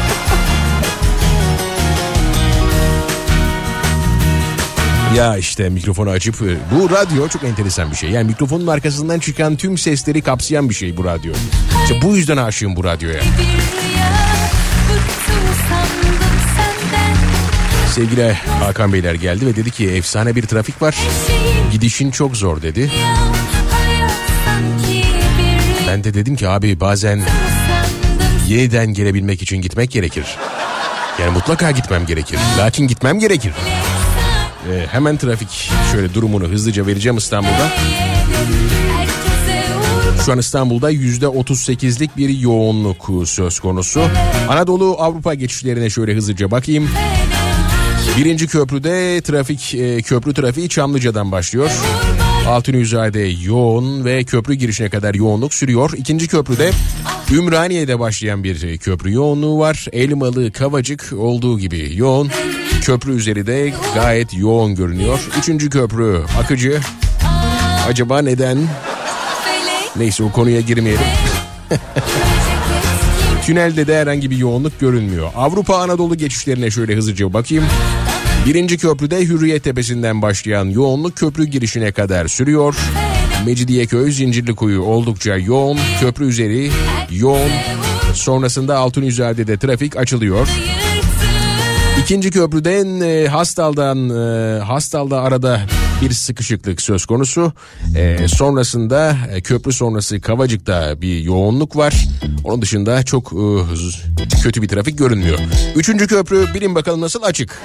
Ya işte mikrofonu açıp bu radyo çok enteresan bir şey. Yani mikrofonun arkasından çıkan tüm sesleri kapsayan bir şey bu radyo. İşte bu yüzden aşığım bu radyoya. Sevgili Hakan Beyler geldi ve dedi ki efsane bir trafik var. Gidişin çok zor dedi. Ben de dedim ki abi bazen yeniden gelebilmek için gitmek gerekir. Yani mutlaka gitmem gerekir. Lakin gitmem gerekir. Hemen trafik şöyle durumunu hızlıca vereceğim İstanbul'da. Şu an İstanbul'da %38'lik bir yoğunluk söz konusu. Anadolu Avrupa geçişlerine şöyle hızlıca bakayım. Birinci köprüde köprü trafiği Çamlıca'dan başlıyor. Altınizade yoğun ve köprü girişine kadar yoğunluk sürüyor. İkinci köprüde Ümraniye'de başlayan bir köprü yoğunluğu var. Elmalı, Kavacık olduğu gibi yoğun. Köprü üzeri de gayet yoğun görünüyor. Üçüncü köprü Akıcı. Acaba neden? Neyse o konuya girmeyelim. Tünelde de herhangi bir yoğunluk görünmüyor. Avrupa Anadolu geçişlerine şöyle hızlıca bakayım. Birinci köprüde Hürriyet Tepesi'nden başlayan yoğunluk köprü girişine kadar sürüyor. Mecidiyeköy, Zincirlikuyu oldukça yoğun. Köprü üzeri yoğun. Sonrasında Altunizade'de trafik açılıyor. İkinci köprüden Hastal'da arada bir sıkışıklık söz konusu. Sonrasında köprü sonrası Kavacık'ta bir yoğunluk var. Onun dışında çok kötü bir trafik görünmüyor. Üçüncü köprü bilin bakalım nasıl açık.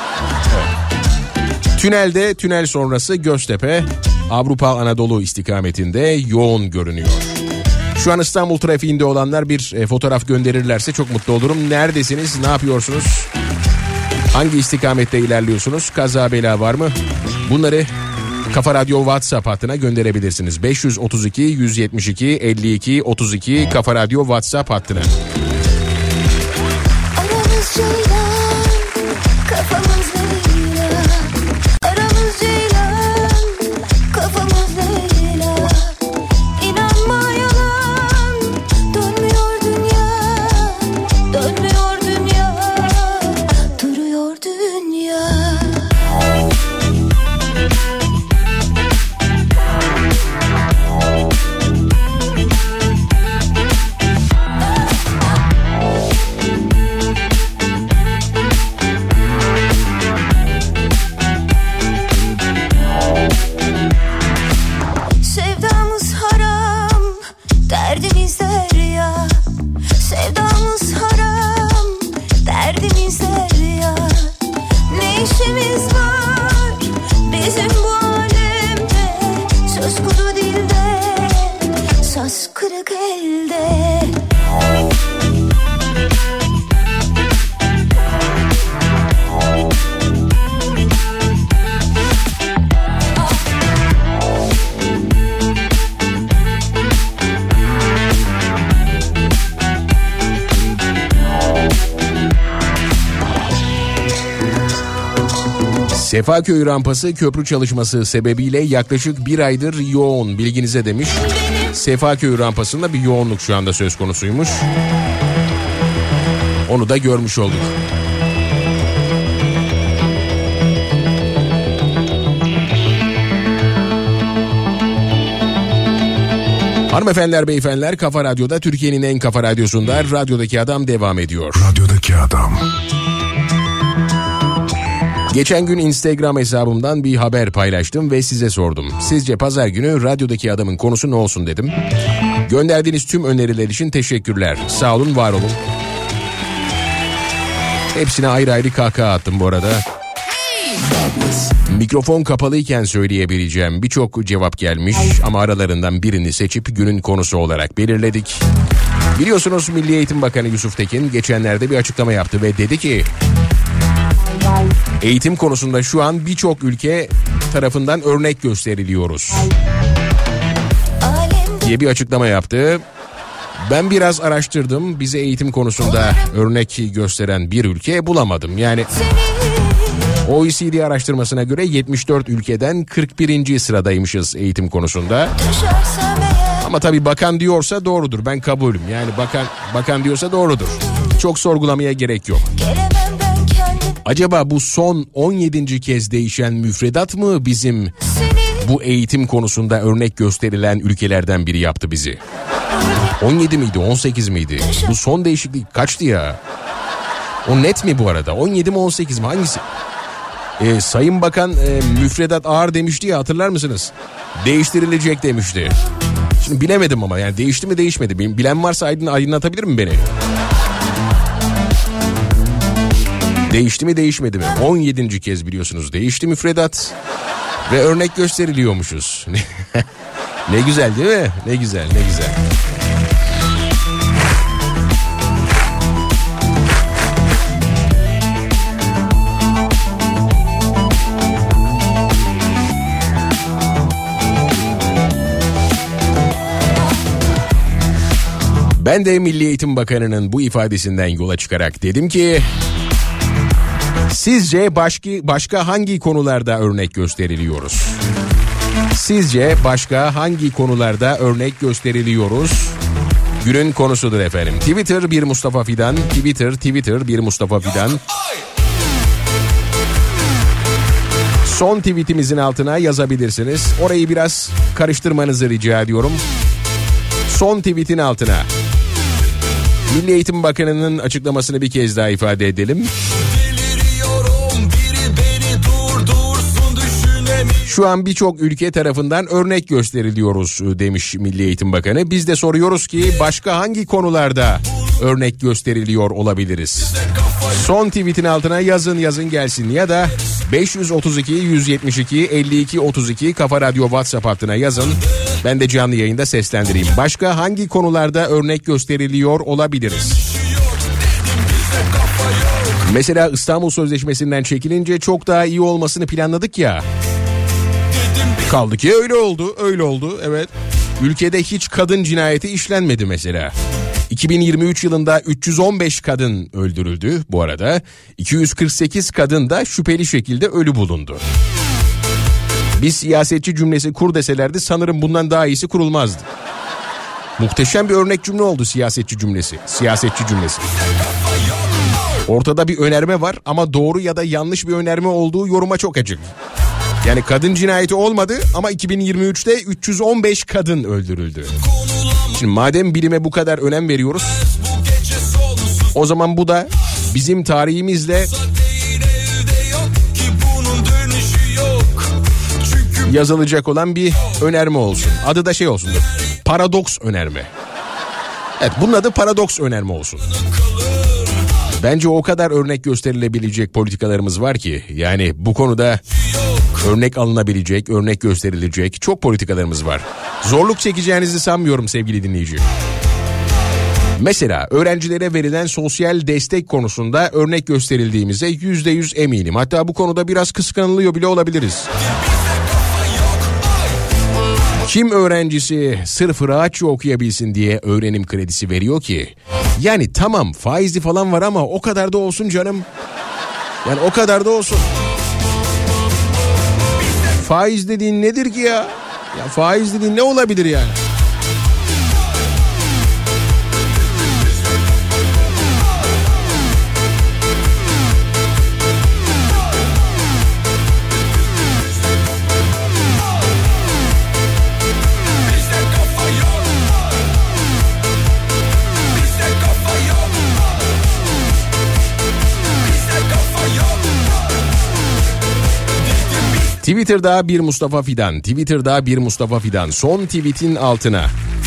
Evet. Tünel sonrası Göztepe Avrupa Anadolu istikametinde yoğun görünüyor. Şu an İstanbul trafiğinde olanlar bir fotoğraf gönderirlerse çok mutlu olurum. Neredesiniz? Ne yapıyorsunuz? Hangi istikamette ilerliyorsunuz? Kaza bela var mı? Bunları Kafa Radyo WhatsApp hattına gönderebilirsiniz. 532 172 52 32 Kafa Radyo WhatsApp hattına. Aramız ceylan, kafamız Leyla. Aramız ceylan, kafamız Leyla. İnanma yalan, dönmüyor dünya, dönmüyor dünya, duruyor dünya. Sevdamız haram, derdimiz derya. Sevdamız haram, derdimiz derya. Ne işimiz var bizim bu alemde? Söz kuru dilde, saz kırık elde. Sefaköy rampası köprü çalışması sebebiyle yaklaşık bir aydır yoğun, bilginize demiş. Sefaköy rampasında bir yoğunluk şu anda söz konusuymuş. Onu da görmüş olduk. Hanımefendiler, beyefendiler, Kafa Radyo'da, Türkiye'nin en kafa radyosunda Radyodaki Adam devam ediyor. Radyodaki Adam. Geçen gün Instagram hesabımdan bir haber paylaştım ve size sordum. Sizce pazar günü Radyodaki Adam'ın konusu ne olsun dedim. Gönderdiğiniz tüm öneriler için teşekkürler. Sağ olun, var olun. Hepsine ayrı ayrı kahkaha attım bu arada. Mikrofon kapalıyken söyleyebileceğim birçok cevap gelmiş ama aralarından birini seçip günün konusu olarak belirledik. Biliyorsunuz Milli Eğitim Bakanı Yusuf Tekin geçenlerde bir açıklama yaptı ve dedi ki eğitim konusunda şu an birçok ülke tarafından örnek gösteriliyoruz diye bir açıklama yaptı. Ben biraz araştırdım. Bize eğitim konusunda örnek gösteren bir ülke bulamadım. Yani OECD araştırmasına göre 74 ülkeden 41. sıradaymışız eğitim konusunda. Ama tabii bakan diyorsa doğrudur. Ben kabulüm. Yani bakan diyorsa doğrudur. Çok sorgulamaya gerek yok. Acaba bu son 17. kez değişen müfredat mı bizim bu eğitim konusunda örnek gösterilen ülkelerden biri yaptı bizi? 17 miydi, 18 miydi? Bu son değişiklik kaçtı ya? O net mi bu arada? 17 mi, 18 mi, hangisi? Sayın Bakan müfredat ağır demişti ya, hatırlar mısınız? Değiştirilecek demişti. Şimdi bilemedim ama yani değişti mi değişmedi. Bilen varsa aydınlatabilir mi beni? Değişti mi değişmedi mi? 17. kez biliyorsunuz değişti müfredat ve örnek gösteriliyormuşuz. Ne güzel değil mi? Ne güzel, ne güzel. Ben de Milli Eğitim Bakanı'nın bu ifadesinden yola çıkarak dedim ki sizce başka hangi konularda örnek gösteriliyoruz? Sizce başka hangi konularda örnek gösteriliyoruz? Günün konusudur efendim. Twitter bir Mustafa Fidan. Twitter bir Mustafa Fidan. Son tweetimizin altına yazabilirsiniz. Orayı biraz karıştırmanızı rica ediyorum. Son tweetin altına Milli Eğitim Bakanı'nın açıklamasını bir kez daha ifade edelim. Şu an birçok ülke tarafından örnek gösteriliyoruz demiş Milli Eğitim Bakanı. Biz de soruyoruz ki başka hangi konularda örnek gösteriliyor olabiliriz? Son tweetin altına yazın gelsin ya da 532 172 52 32 Kafa Radyo WhatsApp hattına yazın. Ben de canlı yayında seslendireyim. Başka hangi konularda örnek gösteriliyor olabiliriz? Mesela İstanbul Sözleşmesi'nden çekilince çok daha iyi olmasını planladık ya. Kaldı ki öyle oldu evet. Ülkede hiç kadın cinayeti işlenmedi mesela. 2023 yılında 315 kadın öldürüldü bu arada. 248 kadın da şüpheli şekilde ölü bulundu. Bir siyasetçi cümlesi kur deselerdi sanırım bundan daha iyisi kurulmazdı. Muhteşem bir örnek cümle oldu siyasetçi cümlesi. Ortada bir önerme var ama doğru ya da yanlış bir önerme olduğu yoruma çok açık. Yani kadın cinayeti olmadı ama 2023'te 315 kadın öldürüldü. Şimdi madem bilime bu kadar önem veriyoruz, o zaman bu da bizim tarihimizle yazılacak olan bir önerme olsun. Adı da şey olsun. Paradoks önerme. Evet, bunun adı paradoks önerme olsun. Bence o kadar örnek gösterilebilecek politikalarımız var ki, yani bu konuda örnek alınabilecek, örnek gösterilecek çok politikalarımız var. Zorluk çekeceğinizi sanmıyorum sevgili dinleyici. Mesela öğrencilere verilen sosyal destek konusunda örnek gösterildiğimize %100 eminim. Hatta bu konuda biraz kıskanılıyor bile olabiliriz. Kim öğrencisi sırf rahatça okuyabilsin diye öğrenim kredisi veriyor ki? Yani tamam faizli falan var ama o kadar da olsun canım. Yani o kadar da olsun. Faiz dediğin nedir ki ya? Ya faiz dediğin ne olabilir yani? Twitter'da bir Mustafa Fidan son tweetin altına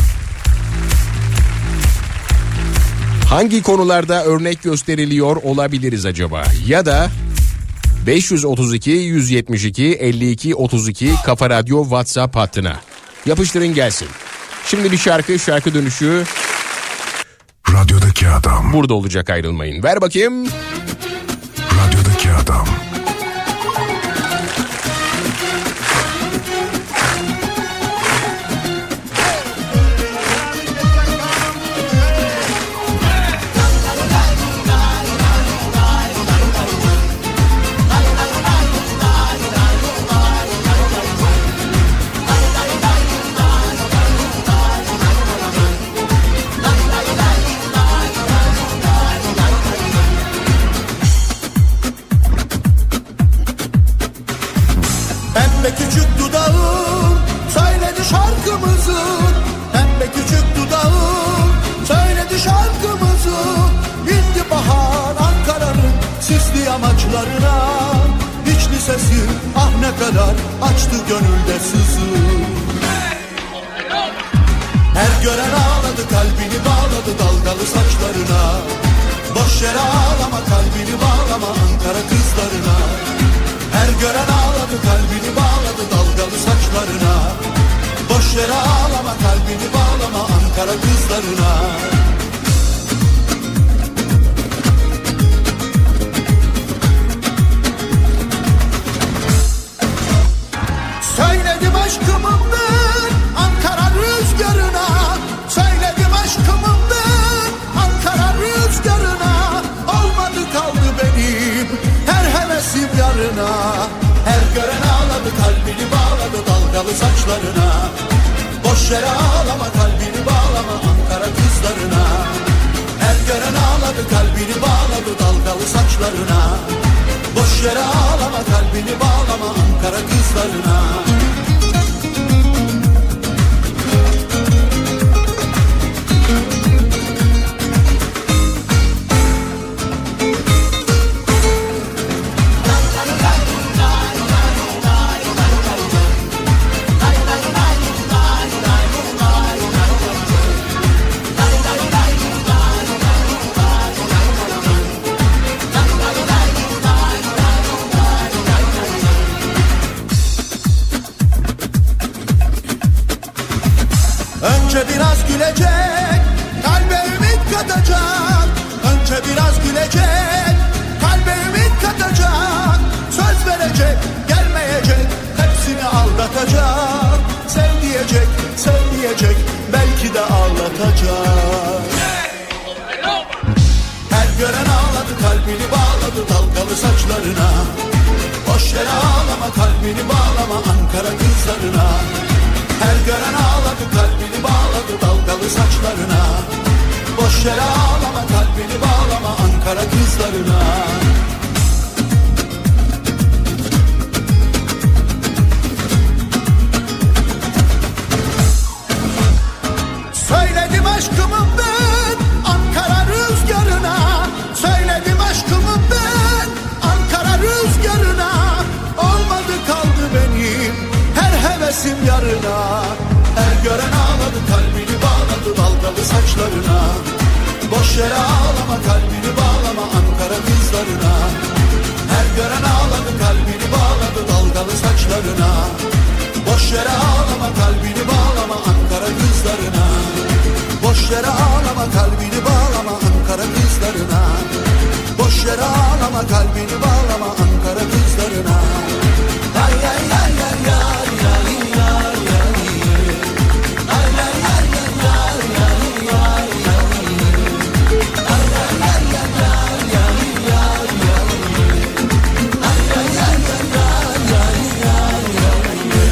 hangi konularda örnek gösteriliyor olabiliriz acaba? Ya da 532 172 52 32 Kafa Radyo WhatsApp hattına yapıştırın gelsin. Şimdi bir şarkı dönüşü. Radyodaki adam. Burada olacak, ayrılmayın. Ver bakayım. Radyodaki adam. Açtı gönülde sızı. Her gören ağladı, kalbini bağladı dalgalı saçlarına. Boş yere ağlama, kalbini bağlama Ankara kızlarına. Her gören ağladı, kalbini bağladı dalgalı saçlarına. Boş yere ağlama, kalbini bağlama Ankara kızlarına. Söyledim aşkımın ben Ankara rüzgarına. Söyledim aşkımın ben Ankara rüzgarına. Olmadı kaldı benim her hevesim yarına. Her gören ağladı, kalbini bağladı dalgalı saçlarına. Boş yere ağlama, kalbini bağlama Ankara kızlarına. Her gören ağladı, kalbini bağladı dalgalı saçlarına. Boş yere ağlama, kalbini bağlama Ankara kızlarına. kalbini bağladı dalgalı saçlarına. Boş yere ağlama kalbini bağlama Ankara kızlarına. Her gören ağladı kalbini bağladı dalgalı saçlarına. Boş yere ağlama kalbini bağlama Ankara kızlarına. Söyledim aşkımı ben Ankara rüzgarına. Söyledim aşkımı ben Ankara rüzgarına. Olmadı kaldı benim her hevesim yarına. Her gören ağladı kalbini bağladı dalgalı saçlarına. Boş yere ağlama kalbini bağlama Ankara kızlarına. Her gören ağladı kalbini bağladı dalgalı saçlarına. Boş yere ağlama kalbini bağlama Ankara kızlarına. Boş yere ağlama kalbini bağlama Ankara kızlarına. Boş yere ağlama kalbini bağlama Ankara kızlarına. Ay ay ay ay ay ay ay ay. Ay ay ay ay ay ay ay. Ay ay ay ay ay ay ay. Ay ay ay ay ay ay.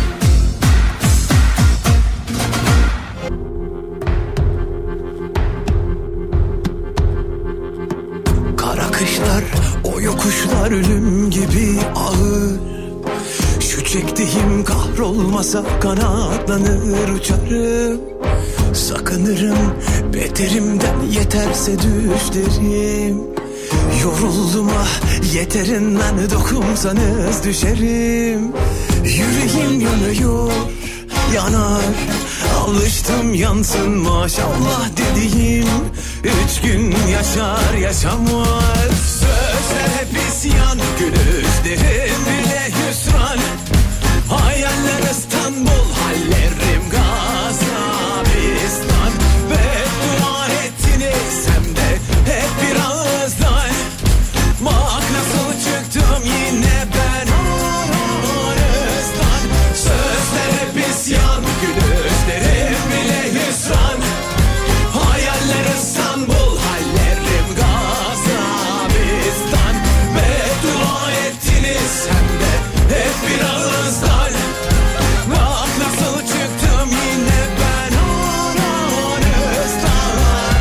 Kara kışlar, o yokuşlar ölüm gibi ağır. Şu çektiğim kahrolmasa kanatlanır uçarım. Sakınırım beterimden yeterse düşlerim. Yoruldum ah yeterinden dokunsanız düşerim. Yüreğim yanıyor, yanar. Alıştım yansın maşallah dediğim. 3 gün yaşar yaşamaz. Sözler hep isyan, gülüşlerim bile hüsran. Hayaller İstanbul, hallerim Gazabistan. Beddua ettiniz hem de hep bir ağızdan. Bak nasıl çıktım yine ben aranızdan. Sözler hep isyan, gülüşlerim bile hüsran. Hayaller İstanbul, hallerim Gazabistan. Beddua ettiniz hem de hep bir ağızdan. Bak nasıl çıktım yine ben aranızdan.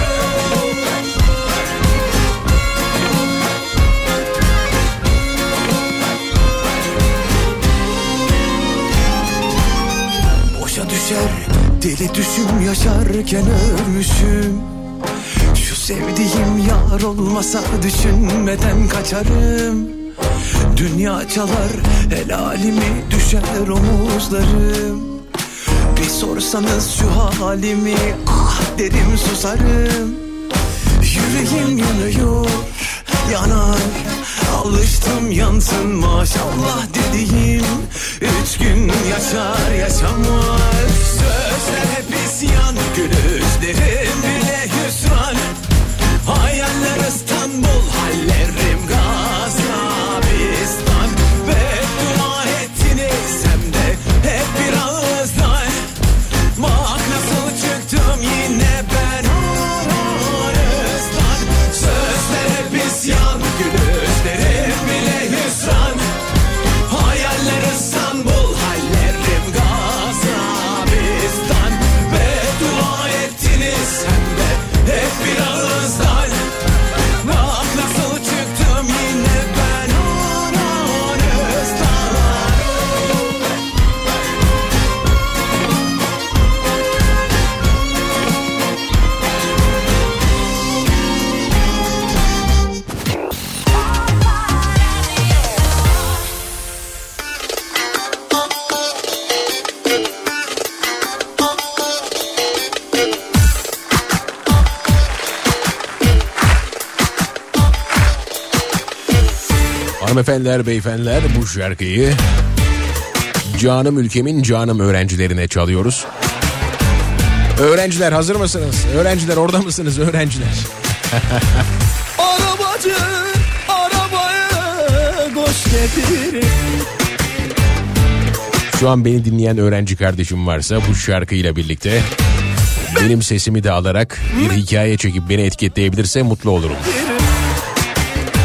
Boşa düşer deli düşüm yaşarken ölmüşüm. Şu sevdiğim yar olmasa düşünmeden kaçarım. Dünya çalar helalimi düşer omuzlarım. Bir sorsanız şu halimi ah derim susarım. Yüreğim yanıyor, yanar. Alıştım yansın maşallah dediğim. 3 gün yaşar yaşamaz. Sözler hep isyan, gülüşlerim bile hüsran. Hayaller İstanbul, hallerim Gazabistan. Beddua ettiniz hem de hep bir ağızdan. Bak nasıl çıktım yine ben aranızdan. Sözler hep isyan, gülüşlerim bile hüsran. Hayaller İstanbul, hallerim Gazabistan. Beddua ettiniz hem de hep bir ağızdan. Bak nasıl çıktım yine ben aranızdan. Hanımefendiler, beyefendiler, bu şarkıyı canım ülkemin canım öğrencilerine çalıyoruz. Öğrenciler hazır mısınız? Öğrenciler orada mısınız öğrenciler? Arabacı arabaya koş getir. Şu an beni dinleyen öğrenci kardeşim varsa bu şarkıyla birlikte benim sesimi de alarak bir hikaye çekip beni etiketleyebilirse mutlu olurum.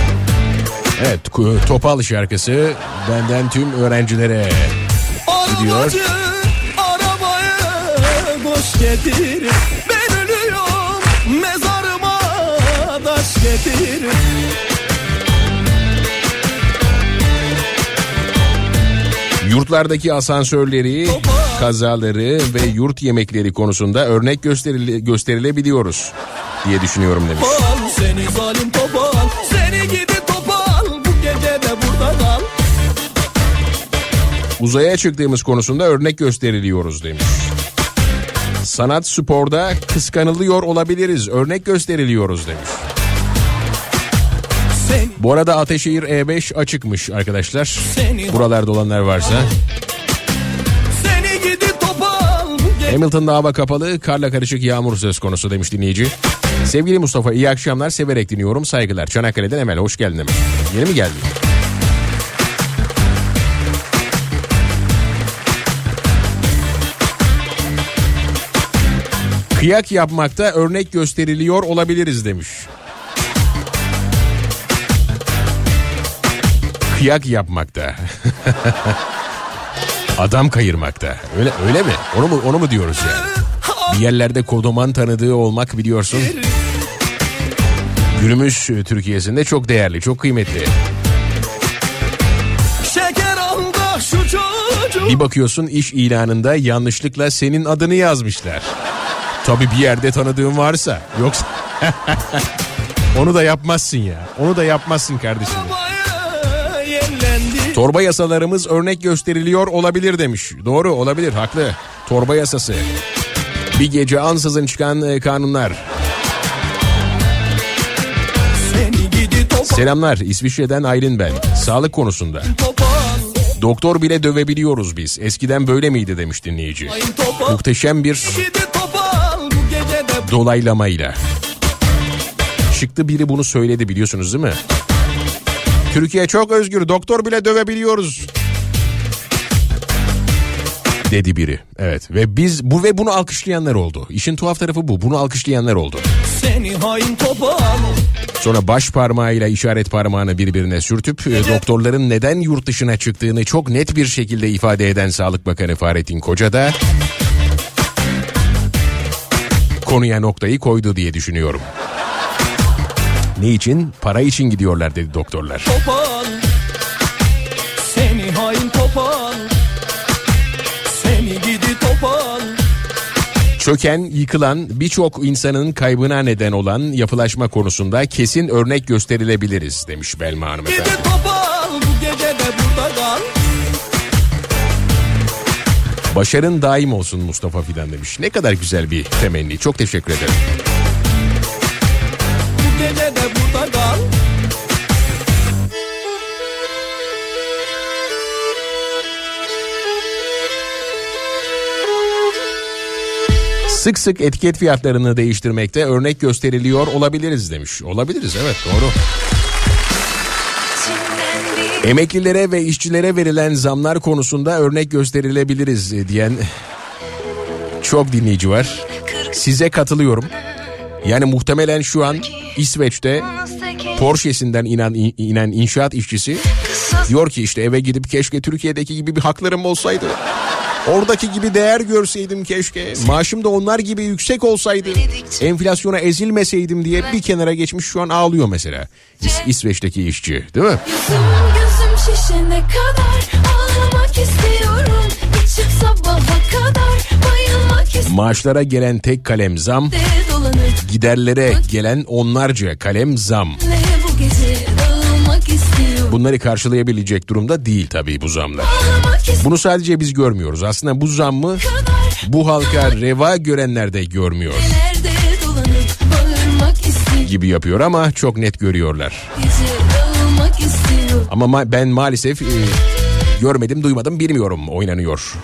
Evet, Topal şarkısı benden tüm öğrencilere gidiyor. Arabacı arabaya boş getir. Ben ölüyorum mezarıma taş getir. Yurtlardaki asansörleri, kazaları ve yurt yemekleri konusunda örnek gösterilebiliyoruz diye düşünüyorum demiş. Topal, seni zalim topal, seni gidi topal, bu gece de burada kal. Uzaya çıktığımız konusunda örnek gösteriliyoruz demiş. Sanat sporda kıskanılıyor olabiliriz, örnek gösteriliyoruz demiş. Bu arada Ataşehir E5 açıkmış arkadaşlar. Buralarda olanlar varsa. Hamilton'da hava kapalı, karla karışık yağmur söz konusu demiş dinleyici. Sevgili Mustafa, iyi akşamlar, severek dinliyorum, saygılar. Çanakkale'den Emel, hoş geldin demiş. Yeni mi geldin? Kıyak yapmakta örnek gösteriliyor olabiliriz demiş. Kıyak yapmakta. Adam kayırmakta. Öyle mi? Onu mu diyoruz yani? Bir yerlerde kodoman tanıdığı olmak, biliyorsun, günümüz Türkiye'sinde çok değerli, çok kıymetli. Bir bakıyorsun iş ilanında yanlışlıkla senin adını yazmışlar. Tabii bir yerde tanıdığın varsa, yoksa onu da yapmazsın ya. Onu da yapmazsın kardeşim. Torba yasalarımız örnek gösteriliyor olabilir demiş. Doğru, olabilir, haklı. Torba yasası. Bir gece ansızın çıkan kanunlar. Selamlar, İsviçre'den Aylin ben. Sağlık konusunda. Doktor bile dövebiliyoruz biz. Eskiden böyle miydi demiş dinleyici. Muhteşem bir dolaylamayla. Çıktı biri bunu söyledi, biliyorsunuz değil mi? Türkiye çok özgür, doktor bile dövebiliyoruz dedi biri. Evet, ve biz bunu alkışlayanlar oldu. İşin tuhaf tarafı bu. Bunu alkışlayanlar oldu. Seni hain topal. Sonra baş parmağıyla işaret parmağını birbirine sürtüp doktorların neden yurt dışına çıktığını çok net bir şekilde ifade eden Sağlık Bakanı Fahrettin Koca da konuya noktayı koydu diye düşünüyorum. Ne için? Para için gidiyorlar dedi doktorlar. Topal, seni hain topal, seni gidi topal. Çöken, yıkılan, birçok insanın kaybına neden olan yapılaşma konusunda kesin örnek gösterilebiliriz demiş Belma Hanım efendim. Gidi topal, bu gece de burada kal. Başarın daim olsun Mustafa Fidan demiş. Ne kadar güzel bir temenni. Çok teşekkür ederim. Bu gece de burada kal. Sık sık etiket fiyatlarını değiştirmekte örnek gösteriliyor olabiliriz demiş. Olabiliriz, evet, doğru. Emeklilere ve işçilere verilen zamlar konusunda örnek gösterilebiliriz diyen çok dinleyici var. Size katılıyorum. Yani muhtemelen şu an İsveç'te Porsche'sinden inen inşaat işçisi diyor ki işte eve gidip keşke Türkiye'deki gibi bir haklarım olsaydı. Oradaki gibi değer görseydim keşke. Maaşım da onlar gibi yüksek olsaydı. Enflasyona ezilmeseydim diye bir kenara geçmiş, şu an ağlıyor mesela. İsveç'teki işçi, değil mi? Gözüm şişene kadar ağlamak istiyorum. İçim sabaha kadar bayılmak istiyorum. Maaşlara gelen tek kalem zam, giderlere gelen onlarca kalem zam. Bunları karşılayabilecek durumda değil tabii bu zamlar. Bunu sadece biz görmüyoruz. Aslında bu zammı bu halka reva görenler de görmüyor gibi yapıyor ama çok net görüyorlar. Ama ben maalesef görmedim, duymadım, bilmiyorum oynanıyor.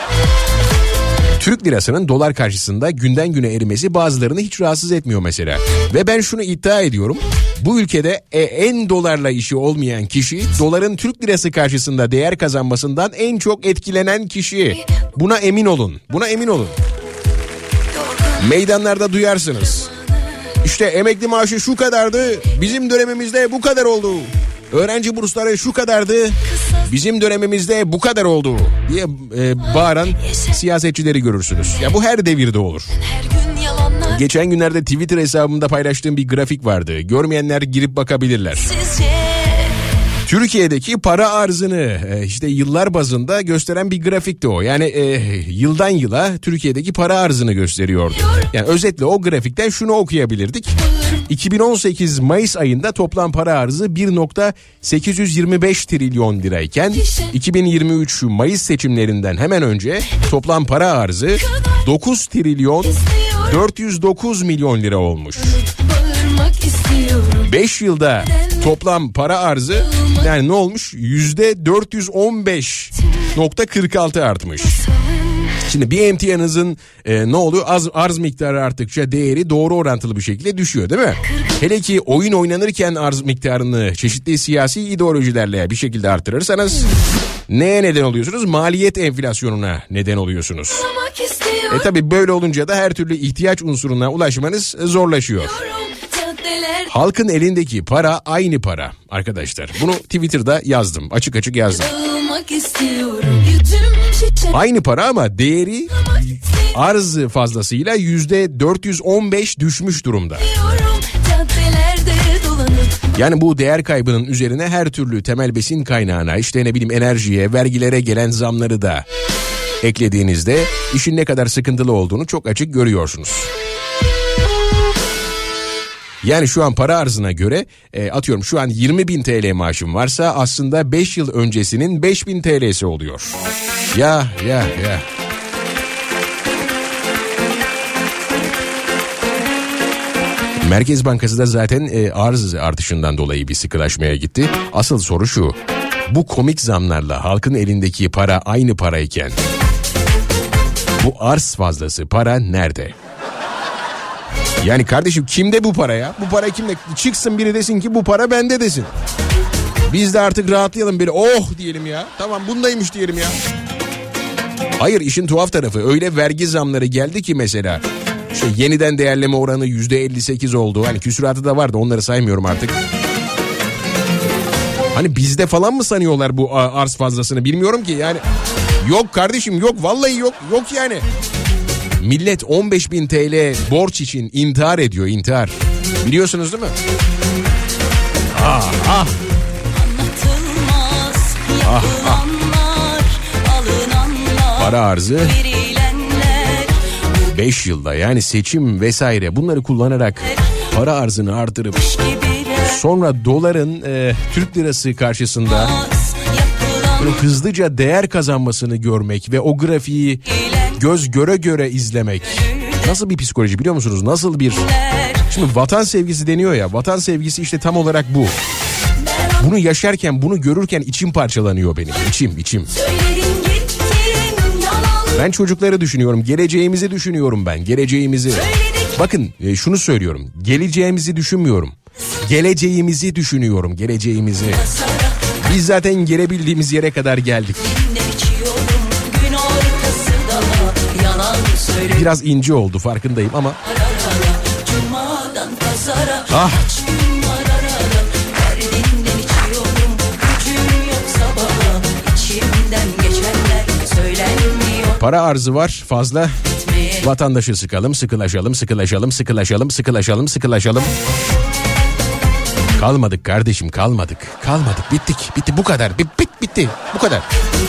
Türk lirasının dolar karşısında günden güne erimesi bazılarını hiç rahatsız etmiyor mesela. Ve ben şunu iddia ediyorum. Bu ülkede en dolarla işi olmayan kişi, doların Türk lirası karşısında değer kazanmasından en çok etkilenen kişi. Buna emin olun. Buna emin olun. Meydanlarda duyarsınız. İşte emekli maaşı şu kadardı, bizim dönemimizde bu kadar oldu. öğrenci bursları şu kadardı, bizim dönemimizde bu kadar oldu diye bağıran siyasetçileri görürsünüz. Ya bu her devirde olur. Geçen günlerde Twitter hesabımda paylaştığım bir grafik vardı. Görmeyenler girip bakabilirler. Türkiye'deki para arzını işte yıllar bazında gösteren bir grafikti o. Yani yıldan yıla Türkiye'deki para arzını gösteriyordu. Yani özetle o grafikten şunu okuyabilirdik. 2018 Mayıs ayında toplam para arzı 1.825 trilyon lirayken 2023 Mayıs seçimlerinden hemen önce toplam para arzı 9 trilyon 409 milyon lira olmuş. 5 yılda toplam para arzı yani ne olmuş? %415.46 artmış. Şimdi bir emtianızın ne oluyor? Arz miktarı arttıkça değeri doğru orantılı bir şekilde düşüyor değil mi? Hele ki oyun oynanırken arz miktarını çeşitli siyasi ideolojilerle bir şekilde artırırsanız neye neden oluyorsunuz? Maliyet enflasyonuna neden oluyorsunuz. Tabii böyle olunca da her türlü ihtiyaç unsuruna ulaşmanız zorlaşıyor. Halkın elindeki para aynı para arkadaşlar. Bunu Twitter'da yazdım. Açık açık yazdım. Aynı para ama değeri arz fazlasıyla %415 düşmüş durumda. Yani bu değer kaybının üzerine her türlü temel besin kaynağına, işte ne bileyim enerjiye, vergilere gelen zamları da eklediğinizde işin ne kadar sıkıntılı olduğunu çok açık görüyorsunuz. Yani şu an para arzına göre atıyorum şu an 20.000 TL maaşım varsa aslında 5 yıl öncesinin 5.000 TL'si oluyor. Ya. Merkez Bankası da zaten arz artışından dolayı bir sıkılaşmaya gitti. Asıl soru şu: bu komik zamlarla halkın elindeki para aynı parayken bu arz fazlası para nerede? Yani kardeşim kimde bu para ya? Bu para kimde? Çıksın biri desin ki bu para bende desin. Biz de artık rahatlayalım, böyle oh diyelim ya. Tamam bundaymış diyelim ya. Hayır, işin tuhaf tarafı öyle vergi zamları geldi ki mesela işte yeniden değerleme oranı %58 oldu. Hani küsuratı da vardı, onları saymıyorum artık. Hani bizde falan mı sanıyorlar bu arz fazlasını, bilmiyorum ki yani. Yok kardeşim yok, vallahi yok yani. Millet 15.000 TL borç için intihar ediyor, intihar. Biliyorsunuz değil mi? Para arzı 5 yılda, yani seçim vesaire bunları kullanarak para arzını artırıp sonra doların Türk lirası karşısında böyle hızlıca değer kazanmasını görmek ve o grafiği göz göre göre izlemek nasıl bir psikoloji biliyor musunuz? Nasıl bir... Şimdi vatan sevgisi deniyor ya, vatan sevgisi işte tam olarak bu. Bunu yaşarken, bunu görürken içim parçalanıyor benim. İçim. Ben çocukları düşünüyorum, geleceğimizi düşünüyorum ben, geleceğimizi. Bakın şunu söylüyorum, geleceğimizi düşünmüyorum. Geleceğimizi düşünüyorum, geleceğimizi. Biz zaten gelebildiğimiz yere kadar geldik. Biraz ince oldu farkındayım ama. Para arzı var fazla. Vatandaşı sıkalım, sıkılaşalım. Kalmadık kardeşim, kalmadık. Bitti bu kadar. Bitti bu kadar.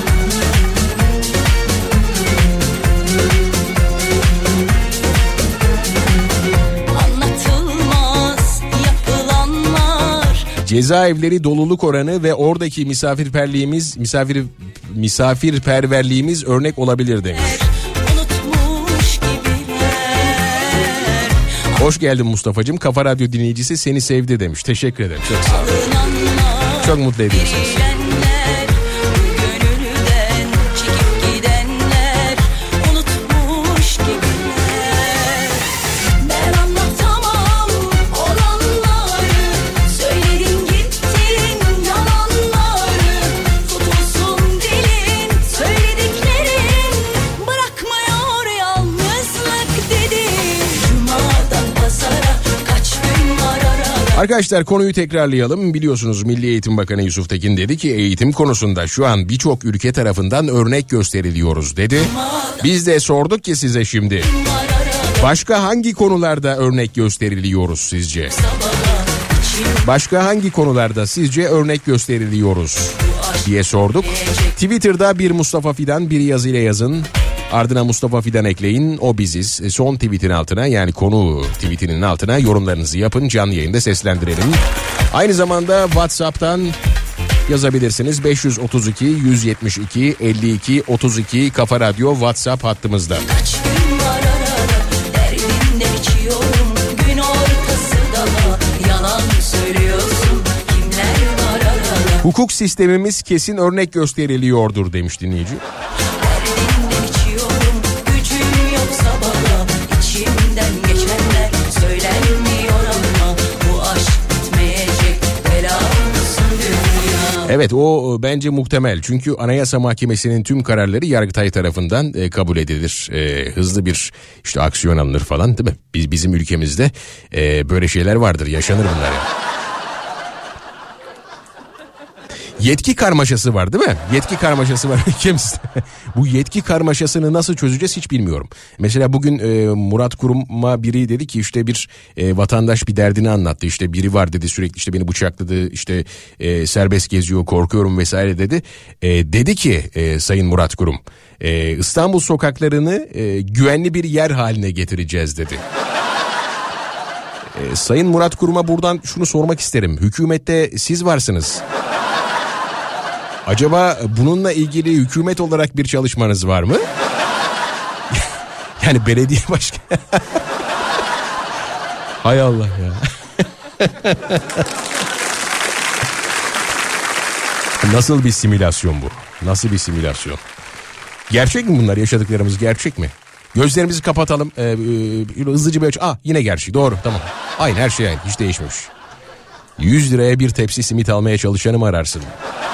Cezaevleri doluluk oranı ve oradaki misafirperverliğimiz örnek olabilir demiş. Hoş geldin Mustafa'cığım. Kafa Radyo dinleyicisi seni sevdi demiş. Teşekkür ederim. Çok sağ olun. Çok mutlu ediyorsunuz. Arkadaşlar konuyu tekrarlayalım. Biliyorsunuz Milli Eğitim Bakanı Yusuf Tekin dedi ki eğitim konusunda şu an birçok ülke tarafından örnek gösteriliyoruz dedi. Biz de sorduk ki size şimdi. Başka hangi konularda örnek gösteriliyoruz sizce? Başka hangi konularda sizce örnek gösteriliyoruz diye sorduk. Twitter'da bir Mustafa Fidan bir yazıyla yazın. Ardına Mustafa Fidan ekleyin, o biziz. Son tweetin altına, yani konu tweetinin altına yorumlarınızı yapın, canlı yayında seslendirelim. Aynı zamanda WhatsApp'tan yazabilirsiniz. 532 172 52 32 Kafa Radyo WhatsApp hattımızda. Hukuk sistemimiz kesin örnek gösteriliyordur demiş dinleyici. Evet, o bence muhtemel. Çünkü Anayasa Mahkemesi'nin tüm kararları Yargıtay tarafından kabul edilir. Hızlı bir işte aksiyon alınır falan, değil mi? Bizim ülkemizde böyle şeyler vardır, yaşanır bunlar yani. Yetki karmaşası var, değil mi? Yetki karmaşası var ülkemizde. Bu yetki karmaşasını nasıl çözeceğiz hiç bilmiyorum. Mesela bugün Murat Kurum'a biri dedi ki işte bir vatandaş bir derdini anlattı. İşte biri var dedi, sürekli işte beni bıçakladı, işte serbest geziyor, korkuyorum vesaire dedi. Dedi ki Sayın Murat Kurum, İstanbul sokaklarını güvenli bir yer haline getireceğiz dedi. Sayın Murat Kurum'a buradan şunu sormak isterim. Hükümette siz varsınız. Acaba bununla ilgili hükümet olarak bir çalışmanız var mı? Yani belediye başkanı. Hay Allah ya. Nasıl bir simülasyon bu? Nasıl bir simülasyon? Gerçek mi bunlar, yaşadıklarımız gerçek mi? Gözlerimizi kapatalım. Hızlıca bir yine gerçek, doğru, tamam. Aynı, her şey aynı, hiç değişmemiş. 100 liraya bir tepsi simit almaya çalışanı mı ararsın?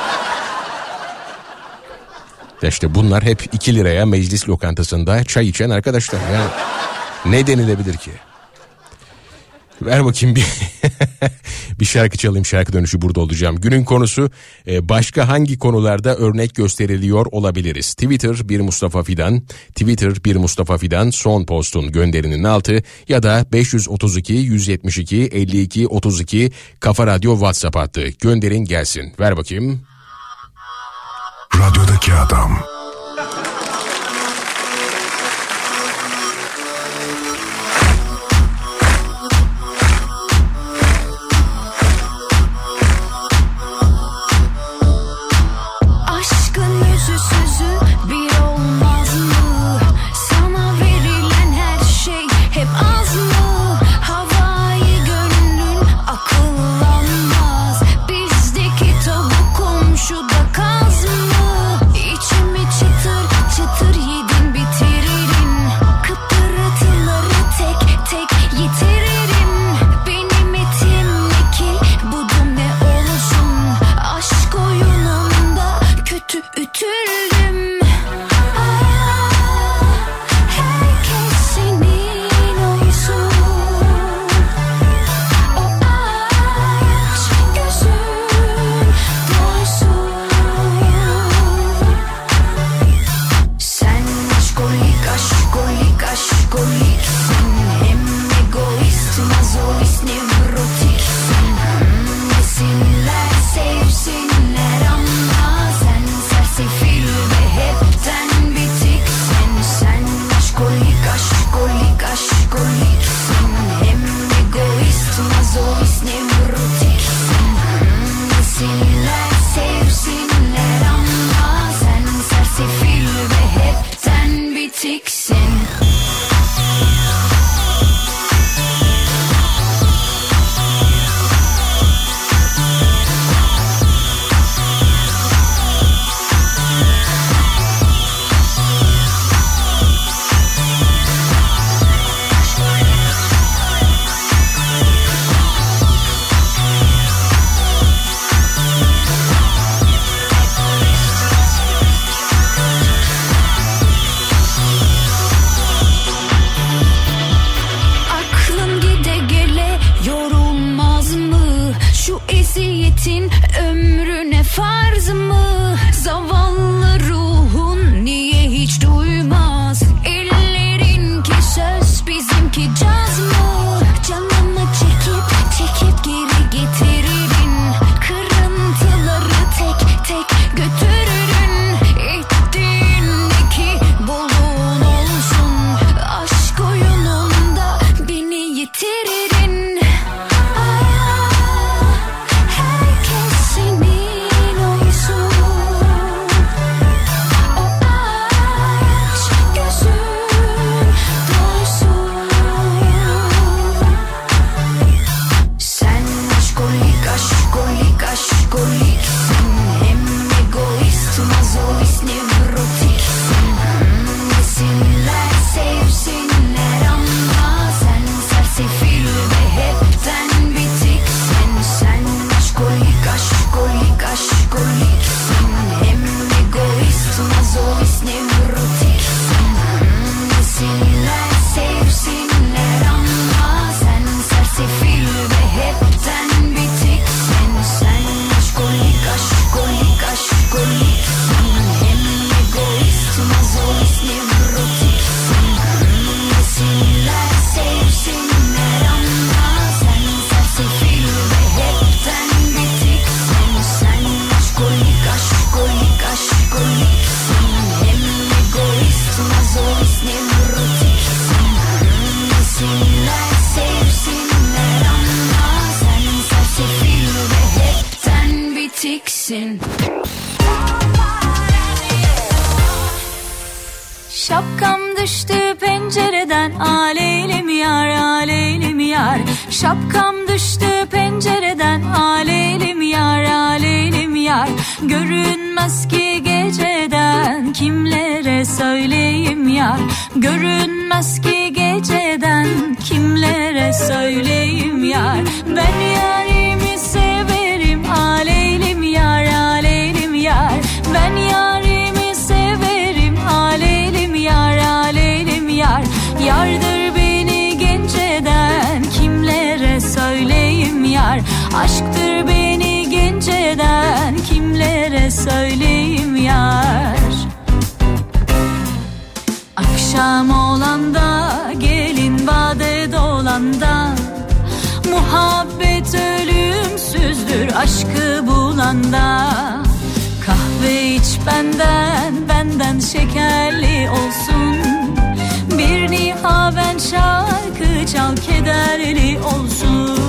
İşte bunlar hep 2 liraya meclis lokantasında çay içen arkadaşlar. Yani ne denilebilir ki? Ver bakayım bir şarkı çalayım, şarkı dönüşü burada olacağım. Günün konusu başka hangi konularda örnek gösteriliyor olabiliriz? Twitter bir Mustafa Fidan, Twitter bir Mustafa Fidan son postun gönderinin altı ya da 532 172 52 32 Kafa Radyo WhatsApp hattı. Gönderin gelsin. Ver bakayım. Radyodaki adam. Aşkın yüzü sözü bir olmaz mı? Sana verilen her şey hep az mı? Havayı gönlün akıllanmaz. Bizdeki tabu komşuda kaz mı? İçim Bu eziyetin ömrüne farz mı? Zavallı ruhun niye hiç duymaz? Ellerinki söz bizimki caz mı? Canımı çekip geri getiririn. Kırıntıları tek tek götürürün. Ettiğin ki bulun olsun. Aşk oyununda beni yitiririn. Herkes senin oysun. O aç gözün doysun. Sen aşkolik aşkolik aşkoliksin. Hem egoist mazoist nevrotiksin. Desinler sevsinler ama sen sersefil ve hepten bitiksin. Sen aşkolik aşkolik aşkoliksin. Hem egoist mazoist nevrotiksin. Desinler sevsinler ama sen sersefil ve hepten bitiksin. Sen aşkolik aşkolik aşkoliksin. Hem egoist mazoist nevrotiksin. Desinler sevsinler ama sen sersefil ve hepten bitiksin. Sen aşkolik aşkolik aşkoliksin. Hem egoist mazoist nevrotiksin. Desinler sevsinler ama sen sersefil ve hepten bitiksin. Şapkam düştü pencereden, aleylim yar, aleylim yar. Şapkam düştü pencereden, aleylim yar, aleylim yar. Görünmez ki geceden, kimlere söyleyeyim yar. Görünmez ki geceden, kimlere söyleyeyim yar. Ben yarimi severim, aleylim yar, aleylim yar. Ben yarimi severim, aleylim yar, aleylim yar. Yardır beni genceden, kimlere söyleyeyim yar. Aşktır beni genceden, kimlere söyleyeyim yar. Akşam olanda, gelin bade dolanda, muhabbet ölümsüzdür aşkı bulanda. Kahve iç benden, benden şekerli olsun. Bir nihaven şarkı çal, kederli olsun.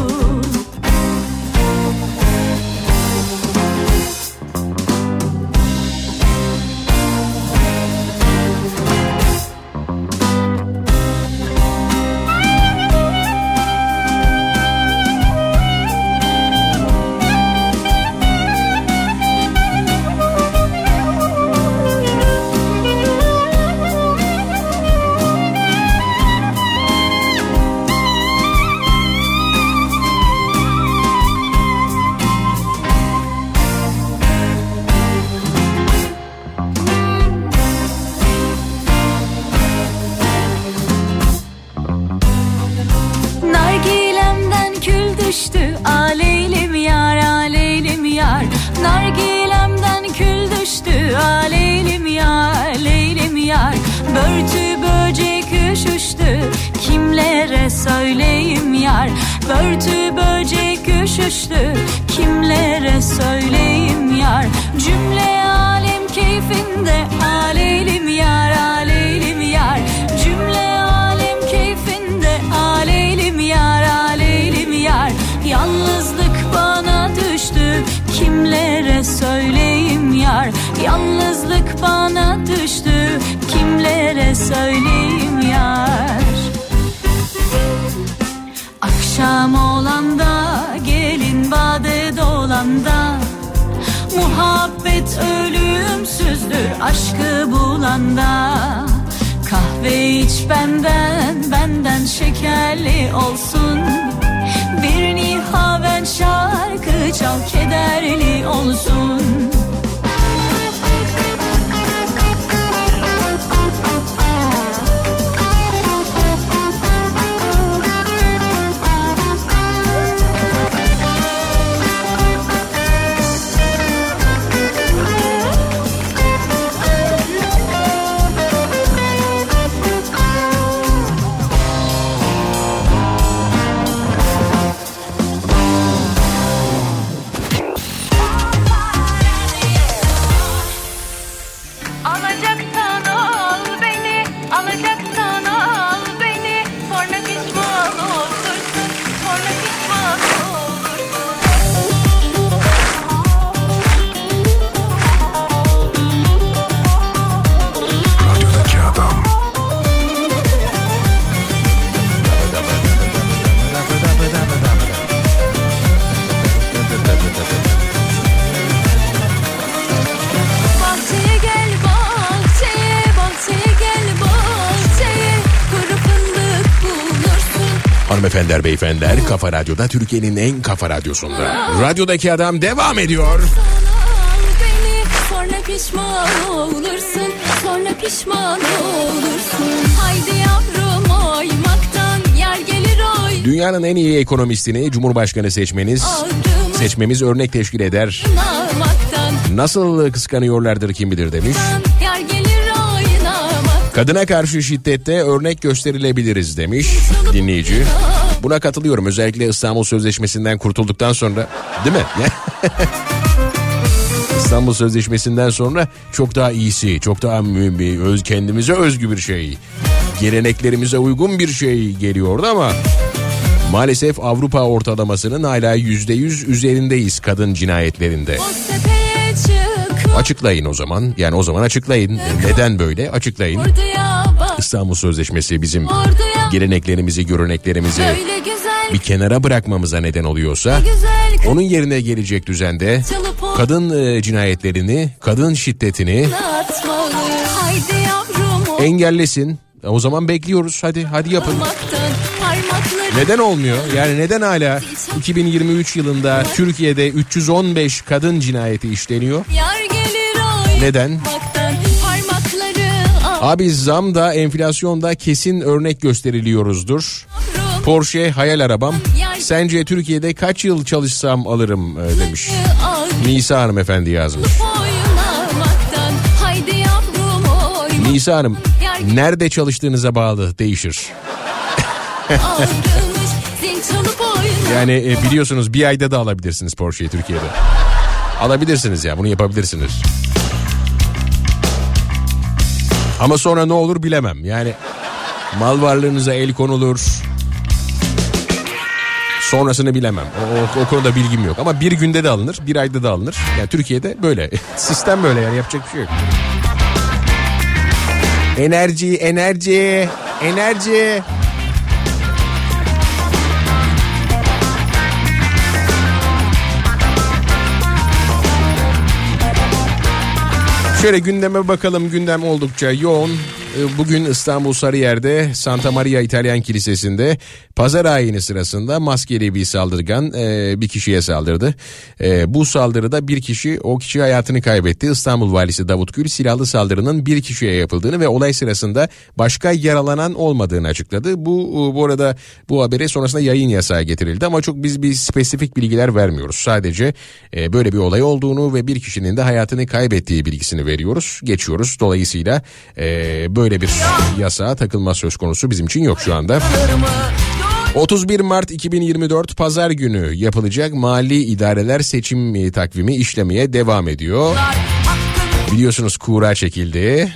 Nargilemden kül düştü, aleylim yar, aleylim yar. Nargilemden kül düştü, aleylim yar, leylim yar. Börtü böcek üşüştü, kimlere söyleyeyim yar. Börtü böcek üşüştü, kimlere söyleyeyim yar. Cümle alem keyfinde, aleylim yar, aleylim yar. Cümle alem keyfinde, aleylim yar, aleylim yar. Yalnızlık bana düştü, kimlere söyleyeyim yar. Yalnızlık bana düştü, kimlere söyleyeyim yar. Akşam olanda, gelin bade dolanda, muhabbet ölümsüzdür aşkı bulanda. Kahve iç benden, benden şekerli olsun. Bir nihaven şarkı çal, kederli olsun. Hanımefendiler, beyefendiler, Kafa Radyo'da, Türkiye'nin en kafa radyosunda. Radyodaki adam devam ediyor. Beni sonra pişman olursun, sonra pişman olursun. Haydi yavrum oymaktan yer gelir oy. Dünyanın en iyi ekonomistini Cumhurbaşkanı seçmemiz örnek teşkil eder. Nasıl kıskanıyorlardır kim bilir demiş. Yer gelir oynamak. Kadına karşı şiddette örnek gösterilebiliriz demiş dinleyici. Buna katılıyorum, özellikle İstanbul Sözleşmesi'nden kurtulduktan sonra, değil mi? İstanbul Sözleşmesi'nden sonra çok daha iyisi, çok daha kendimize özgü bir şey, geleneklerimize uygun bir şey geliyordu ama maalesef Avrupa ortalamasının hala %100 üzerindeyiz kadın cinayetlerinde. Açıklayın o zaman. Yani o zaman açıklayın. Neden böyle? Açıklayın. İstanbul Sözleşmesi bizim geleneklerimizi, göreneklerimizi bir kenara bırakmamıza neden oluyorsa, onun yerine gelecek düzende kadın cinayetlerini, kadın şiddetini engellesin. O zaman bekliyoruz. Hadi yapın. Neden olmuyor? Yani neden hala 2023 yılında Türkiye'de 315 kadın cinayeti işleniyor? Neden? Abi zam da enflasyon da kesin örnek gösteriliyoruzdur. Porsche hayal arabam. Sence Türkiye'de kaç yıl çalışsam alırım demiş. Nisa hanımefendi yazmış. Nisa Hanım, nerede çalıştığınıza bağlı, değişir. Yani biliyorsunuz bir ayda da alabilirsiniz Porsche'yi Türkiye'de. Alabilirsiniz ya, bunu yapabilirsiniz. Ama sonra ne olur bilemem. Yani mal varlığınıza el konulur. Sonrasını bilemem. O konuda bilgim yok. Ama bir günde de alınır, bir ayda da alınır. Yani Türkiye'de böyle. Sistem böyle, yani yapacak bir şey yok. Enerji. Şöyle gündeme bakalım. Gündem oldukça yoğun. Bugün İstanbul Sarıyer'de Santa Maria İtalyan Kilisesi'nde pazar ayini sırasında maskeli bir saldırgan bir kişiye saldırdı. Bu saldırıda bir kişi hayatını kaybetti. İstanbul Valisi Davut Gül silahlı saldırının bir kişiye yapıldığını ve olay sırasında başka yaralanan olmadığını açıkladı. Bu arada bu habere sonrasında yayın yasağı getirildi ama biz bir spesifik bilgiler vermiyoruz. Sadece böyle bir olay olduğunu ve bir kişinin de hayatını kaybettiği bilgisini veriyoruz. Geçiyoruz. Dolayısıyla böyle bir yasağa takılma söz konusu bizim için yok şu anda. 31 Mart 2024 Pazar günü yapılacak mali idareler seçim takvimi işlemeye devam ediyor. Biliyorsunuz kura çekildi.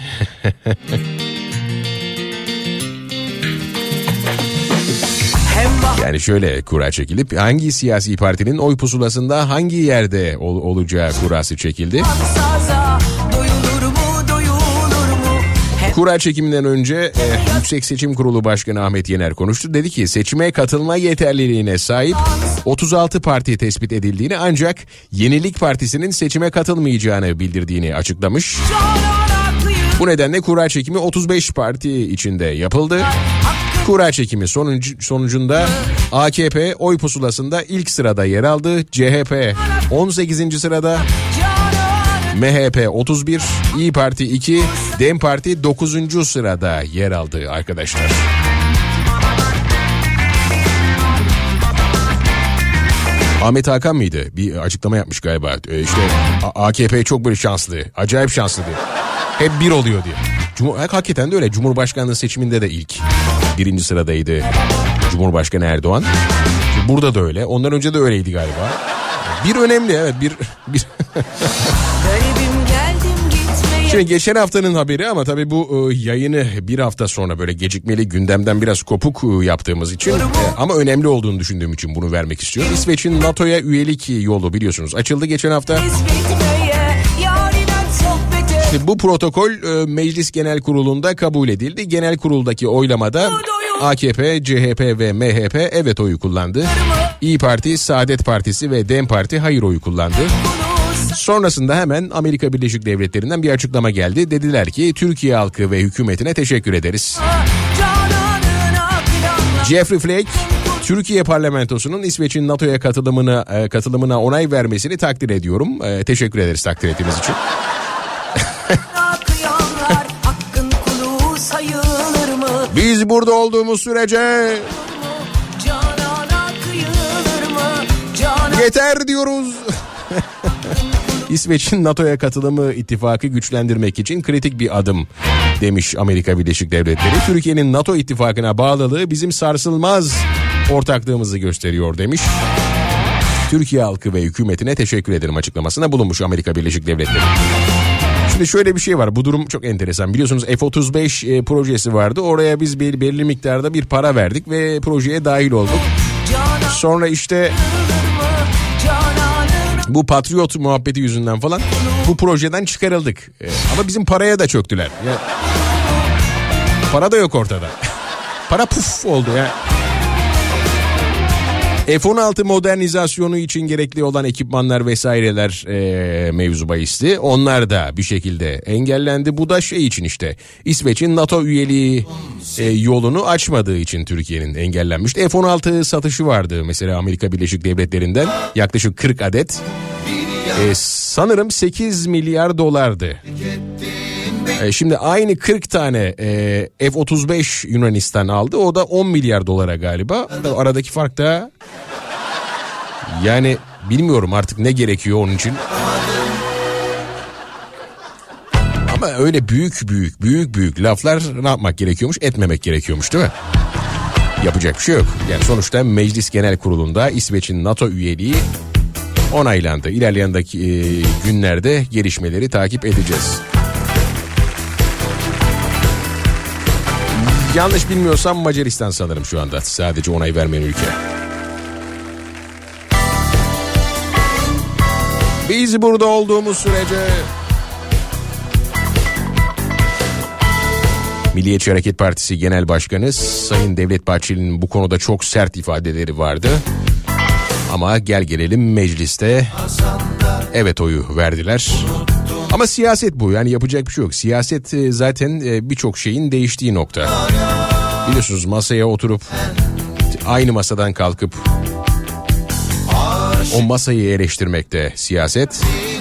Yani şöyle kura çekilip hangi siyasi partinin oy pusulasında hangi yerde olacağı kurası çekildi. Kura çekiminden önce Yüksek Seçim Kurulu Başkanı Ahmet Yener konuştu. Dedi ki seçime katılma yeterliliğine sahip 36 parti tespit edildiğini ancak Yenilik Partisi'nin seçime katılmayacağını bildirdiğini açıklamış. Bu nedenle kura çekimi 35 parti içinde yapıldı. Kura çekimi sonucunda AKP oy pusulasında ilk sırada yer aldı. CHP 18. sırada. MHP 31, İYİ Parti 2, DEM Parti 9. sırada yer aldı arkadaşlar. Ahmet Hakan mıydı? Bir açıklama yapmış galiba. İşte AKP çok böyle şanslı, acayip şanslı diye. Hep bir oluyor diye. Hakikaten de öyle. Cumhurbaşkanlığı seçiminde de ilk 1. sıradaydı Cumhurbaşkanı Erdoğan. Burada da öyle. Ondan önce de öyleydi galiba. Bir önemli, evet, bir... Şimdi geçen haftanın haberi ama tabii bu yayını bir hafta sonra böyle gecikmeli, gündemden biraz kopuk yaptığımız için ama önemli olduğunu düşündüğüm için bunu vermek istiyorum. İsveç'in NATO'ya üyelik yolu biliyorsunuz açıldı geçen hafta. İşte bu protokol Meclis Genel Kurulu'nda kabul edildi. Genel Kurul'daki oylamada AKP, CHP ve MHP evet oyu kullandı. İYİ Parti, Saadet Partisi ve DEM Parti hayır oyu kullandı. Sonrasında hemen Amerika Birleşik Devletleri'nden bir açıklama geldi. Dediler ki Türkiye halkı ve hükümetine teşekkür ederiz. Jeffrey Flake Türkiye parlamentosunun İsveç'in NATO'ya katılımına onay vermesini takdir ediyorum. Teşekkür ederiz takdir ettiğiniz için. Biz burada olduğumuz sürece yeter diyoruz. İsveç'in NATO'ya katılımı ittifakı güçlendirmek için kritik bir adım demiş Amerika Birleşik Devletleri. Türkiye'nin NATO ittifakına bağlılığı bizim sarsılmaz ortaklığımızı gösteriyor demiş. Türkiye halkı ve hükümetine teşekkür ederim açıklamasında bulunmuş Amerika Birleşik Devletleri. Şimdi şöyle bir şey var, bu durum çok enteresan. Biliyorsunuz F-35 projesi vardı. Oraya biz belirli miktarda bir para verdik ve projeye dahil olduk. Sonra işte bu Patriot muhabbeti yüzünden falan bu projeden çıkarıldık. Ama bizim paraya da çöktüler. Ya, para da yok ortada. Para puf oldu ya. F-16 modernizasyonu için gerekli olan ekipmanlar vesaireler mevzu bahisti. Onlar da bir şekilde engellendi. Bu da şey için işte İsveç'in NATO üyeliği yolunu açmadığı için Türkiye'nin engellenmişti. F-16 satışı vardı mesela Amerika Birleşik Devletleri'nden yaklaşık 40 adet. Sanırım 8 milyar dolardı. Şimdi aynı 40 tane F-35 Yunanistan aldı. O da 10 milyar dolara galiba. Aradaki fark da yani bilmiyorum artık ne gerekiyor onun için. Ama öyle büyük laflar ne yapmak gerekiyormuş? Etmemek gerekiyormuş değil mi? Yapacak bir şey yok. Yani sonuçta Meclis Genel Kurulu'nda İsveç'in NATO üyeliği onaylandı. İlerleyen günlerde gelişmeleri takip edeceğiz. Yanlış bilmiyorsam Macaristan sanırım şu anda sadece onay vermeyen ülke. Biz burada olduğumuz sürece Milliyetçi Hareket Partisi Genel Başkanı Sayın Devlet Bahçeli'nin bu konuda çok sert ifadeleri vardı. Ama gel gelelim mecliste evet oyu verdiler. Ama siyaset bu, yani yapacak bir şey yok. Siyaset zaten birçok şeyin değiştiği nokta. Biliyorsunuz masaya oturup aynı masadan kalkıp o masayı eleştirmekte siyaset.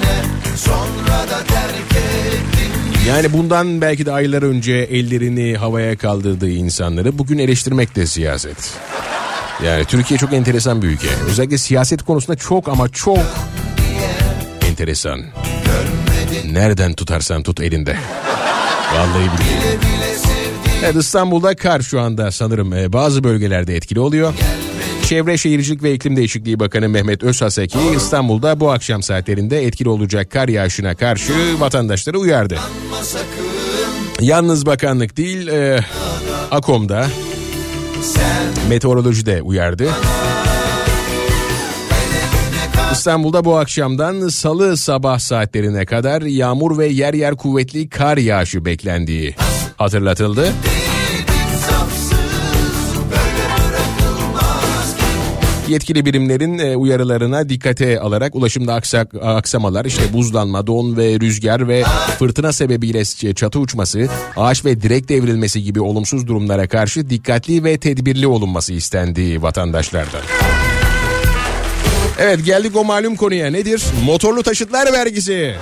Yani bundan belki de aylar önce ellerini havaya kaldırdığı insanları bugün eleştirmek de siyaset. Yani Türkiye çok enteresan bir ülke. Özellikle siyaset konusunda çok ama çok enteresan. Nereden tutarsan tut elinde. Vallahi billahi. Evet, İstanbul'da kar şu anda sanırım bazı bölgelerde etkili oluyor. Çevre Şehircilik ve İklim Değişikliği Bakanı Mehmet Özhaseki İstanbul'da bu akşam saatlerinde etkili olacak kar yağışına karşı vatandaşları uyardı. Yalnız bakanlık değil, AKOM'da, meteoroloji de uyardı. İstanbul'da bu akşamdan salı sabah saatlerine kadar yağmur ve yer yer kuvvetli kar yağışı beklendiği hatırlatıldı. Yetkili birimlerin uyarılarına dikkate alarak ulaşımda aksamalar, işte buzlanma, don ve rüzgar ve fırtına sebebiyle çatı uçması, ağaç ve direk devrilmesi gibi olumsuz durumlara karşı dikkatli ve tedbirli olunması istendiği vatandaşlardan. Evet, geldik o malum konuya. Nedir? Motorlu taşıtlar vergisi.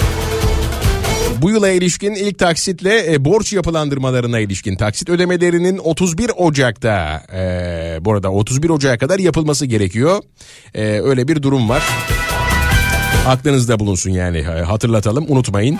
Bu yıla ilişkin ilk taksitle borç yapılandırmalarına ilişkin taksit ödemelerinin 31 Ocak'ta bu arada 31 Ocak'a kadar yapılması gerekiyor. Öyle bir durum var. Aklınızda bulunsun yani, hatırlatalım, unutmayın.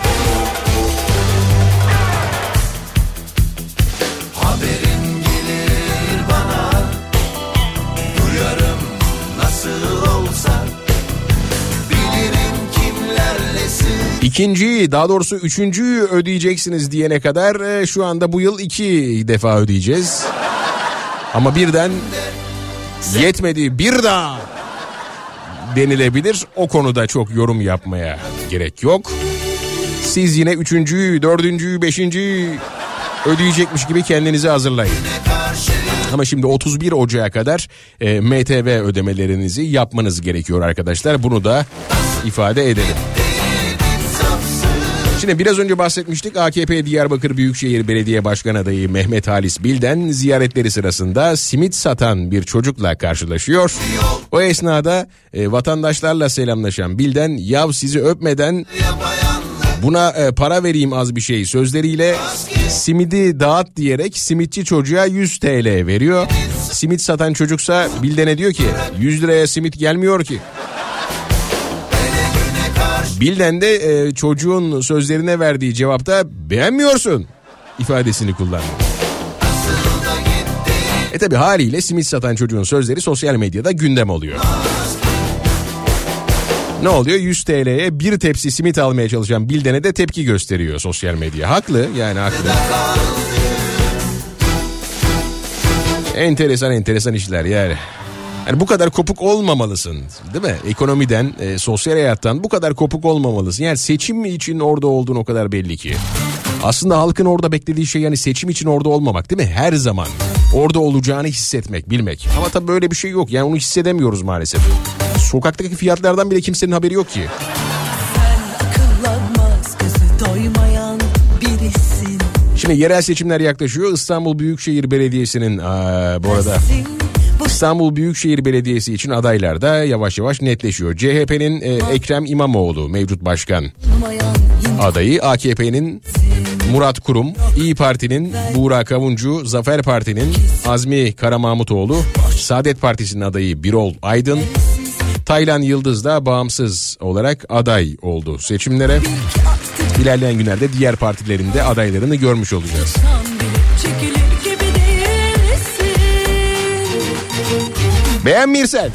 İkinciyi, daha doğrusu üçüncüyü ödeyeceksiniz diyene kadar şu anda bu yıl 2 defa ödeyeceğiz. Ama birden yetmedi, bir daha denilebilir. O konuda çok yorum yapmaya gerek yok. Siz yine üçüncüyü, dördüncüyü, beşinciyi ödeyecekmiş gibi kendinizi hazırlayın. Ama şimdi 31 Ocak'a kadar MTV ödemelerinizi yapmanız gerekiyor arkadaşlar. Bunu da ifade edelim. Şimdi biraz önce bahsetmiştik, AKP Diyarbakır Büyükşehir Belediye Başkan adayı Mehmet Halis Bilden ziyaretleri sırasında simit satan bir çocukla karşılaşıyor. O esnada vatandaşlarla selamlaşan Bilden, yav sizi öpmeden buna para vereyim az bir şey sözleriyle simidi dağıt diyerek simitçi çocuğa 100 TL veriyor. Simit satan çocuksa Bilden'e diyor ki 100 liraya simit gelmiyor ki. Bilden de çocuğun sözlerine verdiği cevapta beğenmiyorsun ifadesini kullandı. Tabi haliyle simit satan çocuğun sözleri sosyal medyada gündem oluyor. Ne oluyor? 100 TL'ye bir tepsi simit almaya çalışan Bilden'e de tepki gösteriyor sosyal medya. Haklı, yani haklı. Enteresan işler yani. Yani bu kadar kopuk olmamalısın, değil mi? Ekonomiden, sosyal hayattan bu kadar kopuk olmamalısın. Yani seçim için orada olduğun o kadar belli ki. Aslında halkın orada beklediği şey yani seçim için orada olmamak, değil mi? Her zaman orada olacağını hissetmek, bilmek. Ama tabii böyle bir şey yok. Yani onu hissedemiyoruz maalesef. Sokaktaki fiyatlardan bile kimsenin haberi yok ki. Sen akıllanmaz gözü doymayan birisin. Şimdi yerel seçimler yaklaşıyor. İstanbul Büyükşehir Belediyesi'nin bu arada İstanbul Büyükşehir Belediyesi için adaylar da yavaş yavaş netleşiyor. CHP'nin Ekrem İmamoğlu mevcut başkan adayı, AKP'nin Murat Kurum, İYİ Parti'nin Buğra Kavuncu, Zafer Parti'nin Azmi Karamahmutoğlu, Saadet Partisi'nin adayı Birol Aydın, Taylan Yıldız da bağımsız olarak aday oldu seçimlere. İlerleyen günlerde diğer partilerin de adaylarını görmüş olacağız. Beğenmirsen.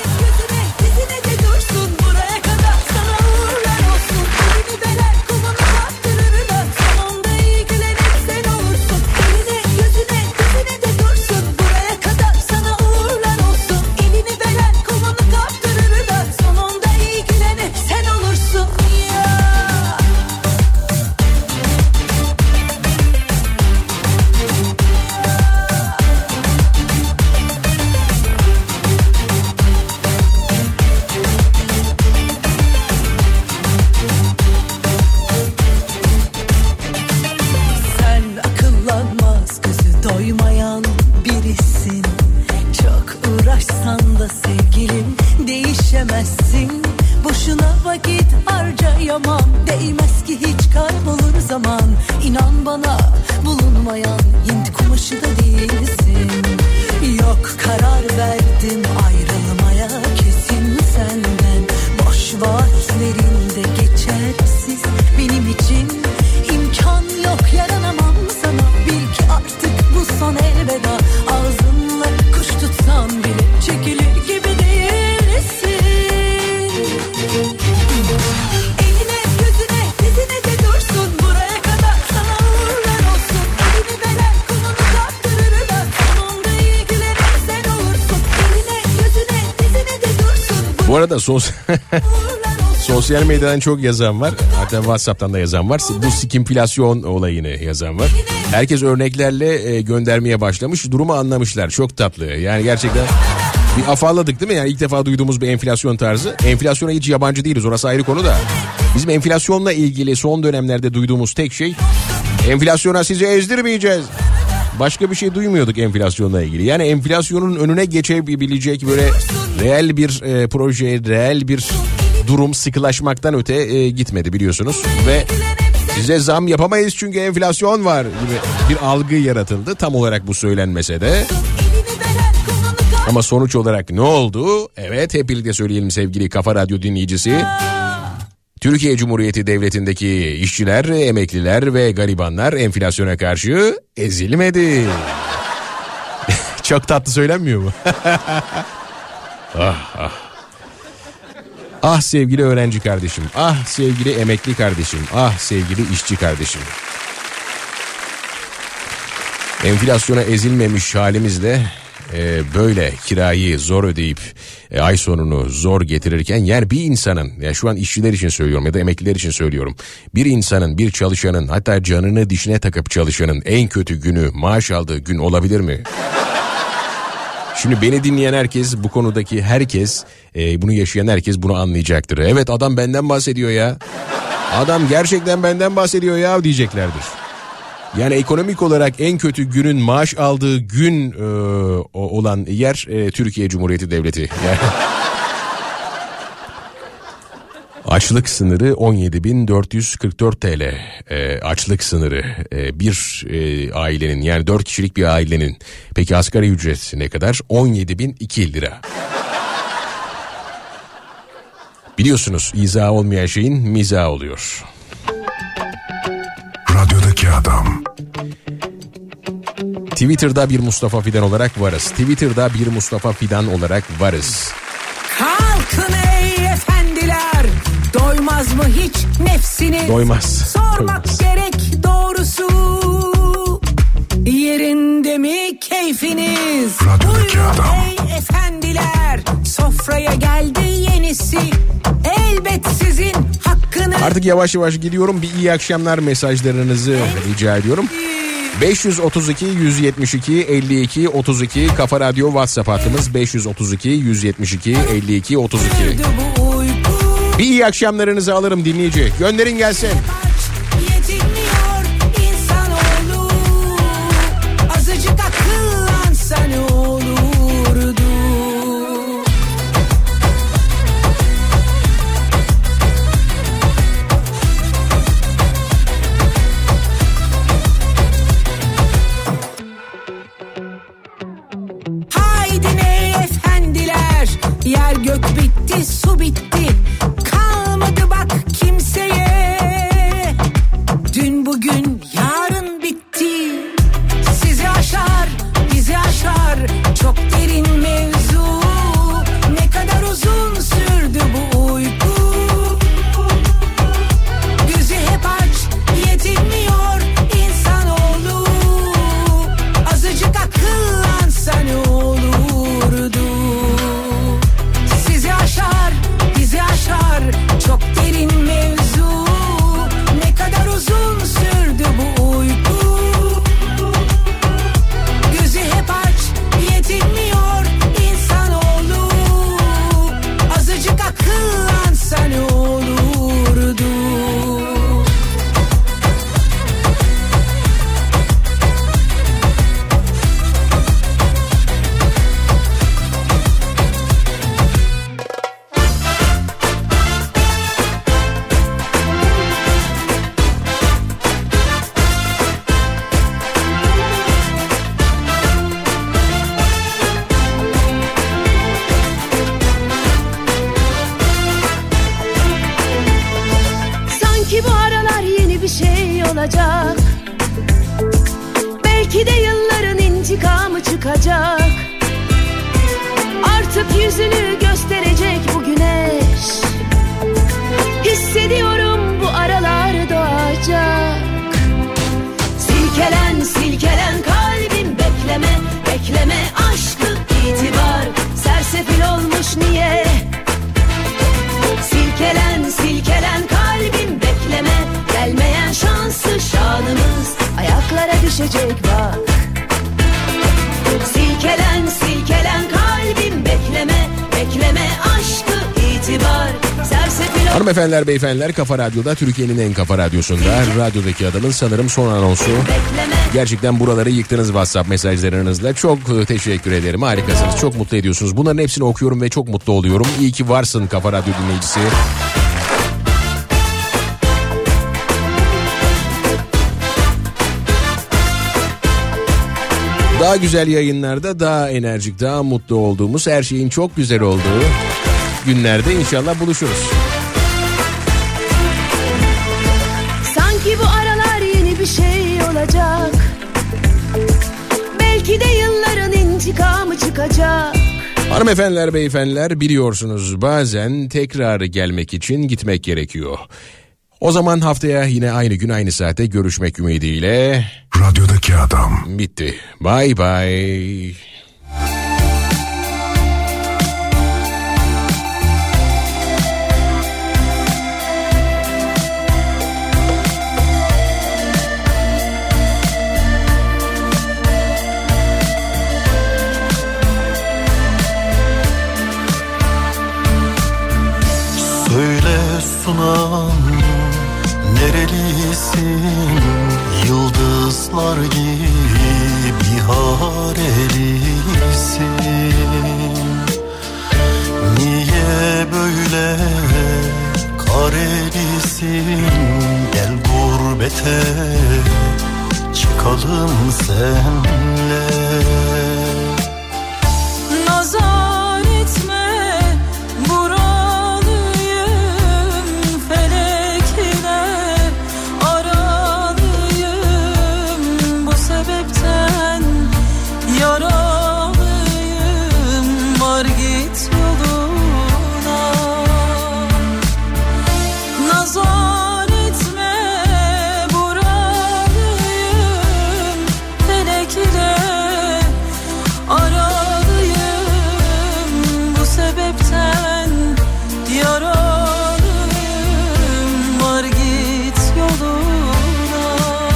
Bu arada sosyal medyadan çok yazan var. Hatta WhatsApp'tan da yazan var. Bu skimflasyon olayını yazan var. Herkes örneklerle göndermeye başlamış. Durumu anlamışlar. Çok tatlı. Yani gerçekten bir afalladık, değil mi? Yani ilk defa duyduğumuz bir enflasyon tarzı. Enflasyona hiç yabancı değiliz. Orası ayrı konu da. Bizim enflasyonla ilgili son dönemlerde duyduğumuz tek şey, enflasyona sizi ezdirmeyeceğiz. Başka bir şey duymuyorduk enflasyonla ilgili. Yani enflasyonun önüne geçebilecek böyle reel bir proje, reel bir durum sıkılaşmaktan öte gitmedi biliyorsunuz. Ve size zam yapamayız çünkü enflasyon var gibi bir algı yaratıldı. Tam olarak bu söylenmese de. Ama sonuç olarak ne oldu? Evet, hep birlikte söyleyelim sevgili Kafa Radyo dinleyicisi. Türkiye Cumhuriyeti Devleti'ndeki işçiler, emekliler ve garibanlar enflasyona karşı ezilmedi. Çok tatlı söylenmiyor mu? Ah sevgili öğrenci kardeşim, ah sevgili emekli kardeşim, ah sevgili işçi kardeşim. Enflasyona ezilmemiş halimizle böyle kirayı zor ödeyip ay sonunu zor getirirken, yani bir insanın, ya şu an işçiler için söylüyorum ya da emekliler için söylüyorum, bir insanın, bir çalışanın, hatta canını dişine takıp çalışanın en kötü günü maaş aldığı gün olabilir mi? Şimdi beni dinleyen herkes, bu konudaki herkes, bunu yaşayan herkes bunu anlayacaktır. Evet, adam benden bahsediyor ya. Adam gerçekten benden bahsediyor ya diyeceklerdir. Yani ekonomik olarak en kötü günün maaş aldığı gün olan yer Türkiye Cumhuriyeti Devleti. Yani... Açlık sınırı 17.444 TL. Açlık sınırı bir ailenin, yani 4 kişilik bir ailenin. Peki asgari ücret ne kadar? 17.002 lira. Biliyorsunuz izah olmayan şeyin mizahı oluyor. Radyodaki adam. Twitter'da bir Mustafa Fidan olarak varız. Twitter'da bir Mustafa Fidan olarak varız. Kalkın ey efendiler, doymaz mı hiç nefsiniz? Doymaz. Sormak gerek doğrusu, yerinde mi keyfiniz? Radyodaki adam. Ey efendiler, sofraya geldi yenisi, elbet sizin hakkınız. Artık yavaş yavaş gidiyorum. Bir iyi akşamlar mesajlarınızı rica ediyorum. 532 172 52 32 Kafa Radyo WhatsApp hattımız 532 172 52 32. Bir iyi akşamlarınızı alırım dinleyici. Gönderin gelsin. Yetinmiyor insanoğlu, azıcık akıllansa ne olurdu? Haydi ne efendiler, yer gök bitti, su bitti, kalmadı bak kimseye. Dün bugün yarın bitti, sizi aşar bizi aşar, çok derin mevzu. Ne kadar uzun sürdü bu uyku, gözü hep aç yetinmiyor insanoğlu, azıcık akıllansa ne olurdu? Sizi aşar bizi aşar, çok derin mevzu. Ne kadar uzun sürdü bu uyku, gözü hep aç yetinmiyor insanoğlu, azıcık akıllansa ne olurdu? Sanki bu aralar yeni bir şey olacak. Belki de yılların intikamı çıkacak. Artık yüzünü gösterecek bu güneş. Hissediyorum bu aralar doğacak. Silkelen silkelen kalbim, bekleme bekleme aşkı, itibar sersefil olmuş niye? Silkelen silkelen kalbim, bekleme gelmeyen şansı, şanımız ayaklara düşecek bak. Silkelen silkelen kalbim, bekleme bekleme aşkı, itibar sersefil. Hanımefendiler, beyefendiler, Kafa Radyo'da, Türkiye'nin en kafa radyosunda, radyodaki adamın sanırım son anonsu. Gerçekten buraları yıktınız WhatsApp mesajlarınızla. Çok teşekkür ederim. Harikasınız. Çok mutlu ediyorsunuz. Bunların hepsini okuyorum ve çok mutlu oluyorum. İyi ki varsın Kafa Radyo dinleyicisi. Daha güzel yayınlarda, daha enerjik, daha mutlu olduğumuz, her şeyin çok güzel olduğu günlerde inşallah buluşuruz. Sanki bu aralar yeni bir şey olacak. Belki de yılların intikamı çıkacak. Hanımefendiler, beyefendiler, biliyorsunuz bazen tekrar gelmek için gitmek gerekiyor. O zaman haftaya yine aynı gün aynı saate görüşmek ümidiyle. Radyodaki adam. Bitti. Bye bye. Söyle sunam, Nerelisin yıldızlar gibi harelisin? Niye böyle karelisin? Gel gurbete çıkalım senle. Nazar etme buralıyım, felekine aralıyım. Bu sebepten yaralıyım, var git yoluna. Nazar etme buralıyım, felekine aralıyım. Bu sebepten yaralıyım, var git yoluna.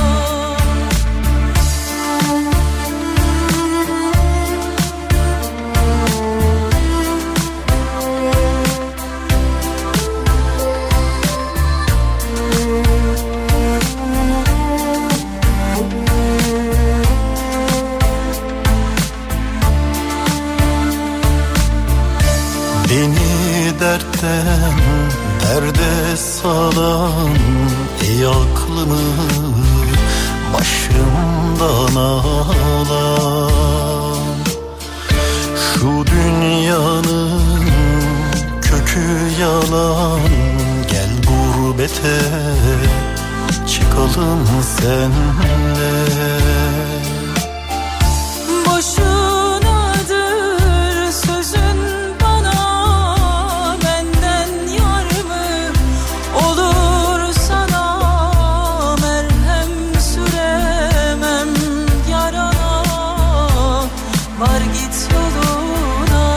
Beni dertten derde salan, ey aklımı başımdan alan. Şu dünyanın kökü yalan, gel gurbete çıkalım senle. Boşunadır sözün bana, benden yar mı olur sana? Merhem süremem yarana, var git yoluna.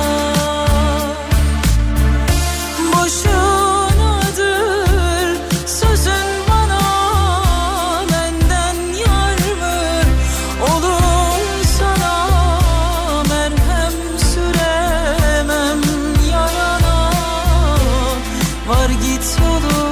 Boşunadır sözün bana, benden yar mı olur sana? Merhem süremem yarana, var git yoluna.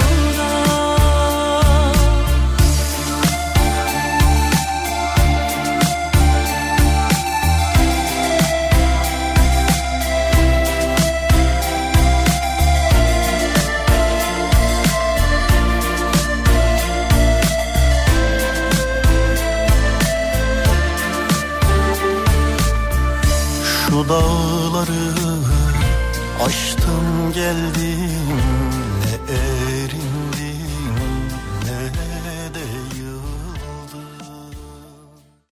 Şu dağları aştım geldim, ne erin